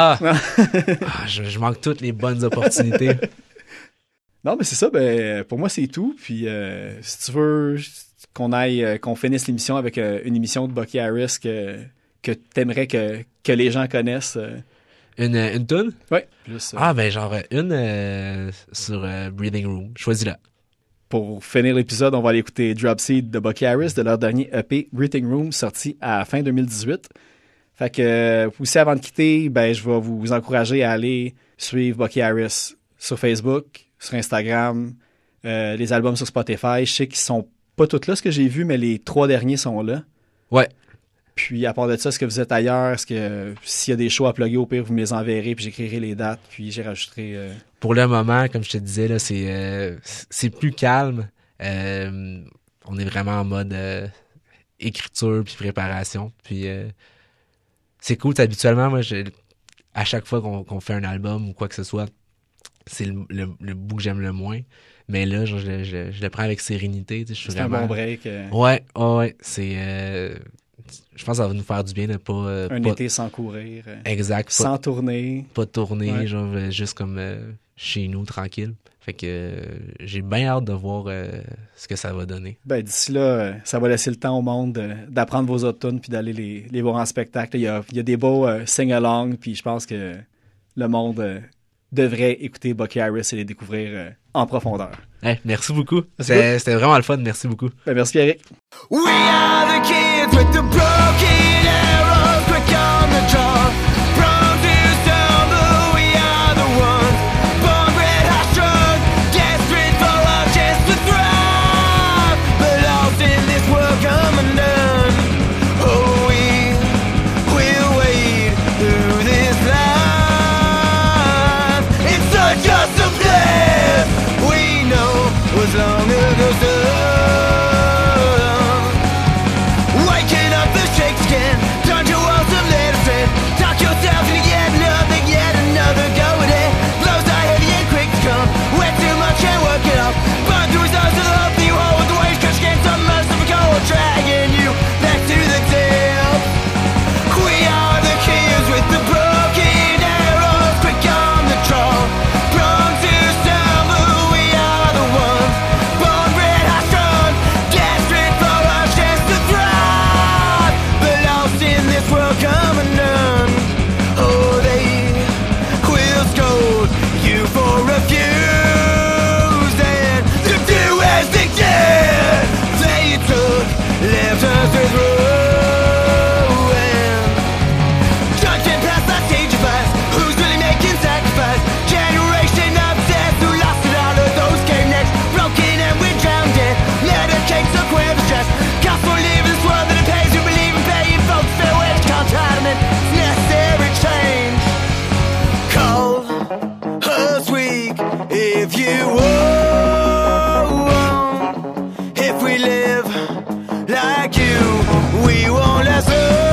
Je manque toutes les bonnes opportunités. Non, mais c'est ça. Ben, pour moi, c'est tout. Puis, si tu veux qu'on finisse l'émission avec une émission de Bucky Harris que t'aimerais que les gens connaissent... Une toune? Oui. Ben genre une sur Breathing Room. Choisis-la. Pour finir l'épisode, on va aller écouter Dropseed de Bucky Harris de leur dernier EP Breathing Room sorti à fin 2018. Fait que aussi avant de quitter, ben je vais vous encourager à aller suivre Bucky Harris sur Facebook, sur Instagram, les albums sur Spotify. Je sais qu'ils sont pas tous là ce que j'ai vu, mais les 3 derniers sont là. Ouais. Puis à part de ça, est-ce que vous êtes ailleurs? Est-ce que s'il y a des shows à plugger, au pire, vous me les enverrez, puis j'écrirai les dates, puis j'y rajouterai... Pour le moment, comme je te disais, là, c'est plus calme. On est vraiment en mode écriture puis préparation. Puis c'est cool. Habituellement, moi, à chaque fois qu'on fait un album ou quoi que ce soit, c'est le bout que j'aime le moins. Mais là, genre, je le prends avec sérénité. Je suis C'est vraiment... un bon break. Ouais. C'est... je pense que ça va nous faire du bien de pas... Un pas... été sans courir. Exact. Sans tourner. Pas tourner, Ouais. genre juste comme chez nous, tranquille. Fait que j'ai bien hâte de voir ce que ça va donner. Ben, d'ici là, ça va laisser le temps au monde d'apprendre vos autres tunes puis d'aller les voir en spectacle. Il y a des beaux sing-along, puis je pense que le monde devrait écouter Bucky Harris et les découvrir en profondeur. Hey, merci beaucoup. C'était vraiment le fun. Merci beaucoup. Ben, merci Pierrick. We are the kids with the broken arrows, quick on the draw, prone to stumble. We are the ones, born bred high strung, desperate for a chance to thrive, but lost in this world come undone. Oh, we will wade through this life. It's not just a blast we know was long ago done. Waking up the shakes again, turn to walls of medicine. Talk yourself into yet another go ahead. Blows are heavy and quick to come. Wet too much and work it up. Burn through results of the hope that you hold with the waves. Crush against some merciful cold, dragging you back to the depths. We are the kids with the broken arrows, quick on the draw, prone to stumble. We are the ones, born bred high strung, desperate for a chance to thrive, but lost in this world come undone. Oh, they will scold you for refusing to do as they did. They took left us with ruin. Judging past that stage of us, who's really making sacrifice? Generation obsessed who lost it all of those came next. Broken and we're drowned in medicates to queer the stress. Cost for living this world that it pays. You believe in paying folks fair wage. Can't hide them in necessary change. Call us weak if you want. If we live like you, we won't last long.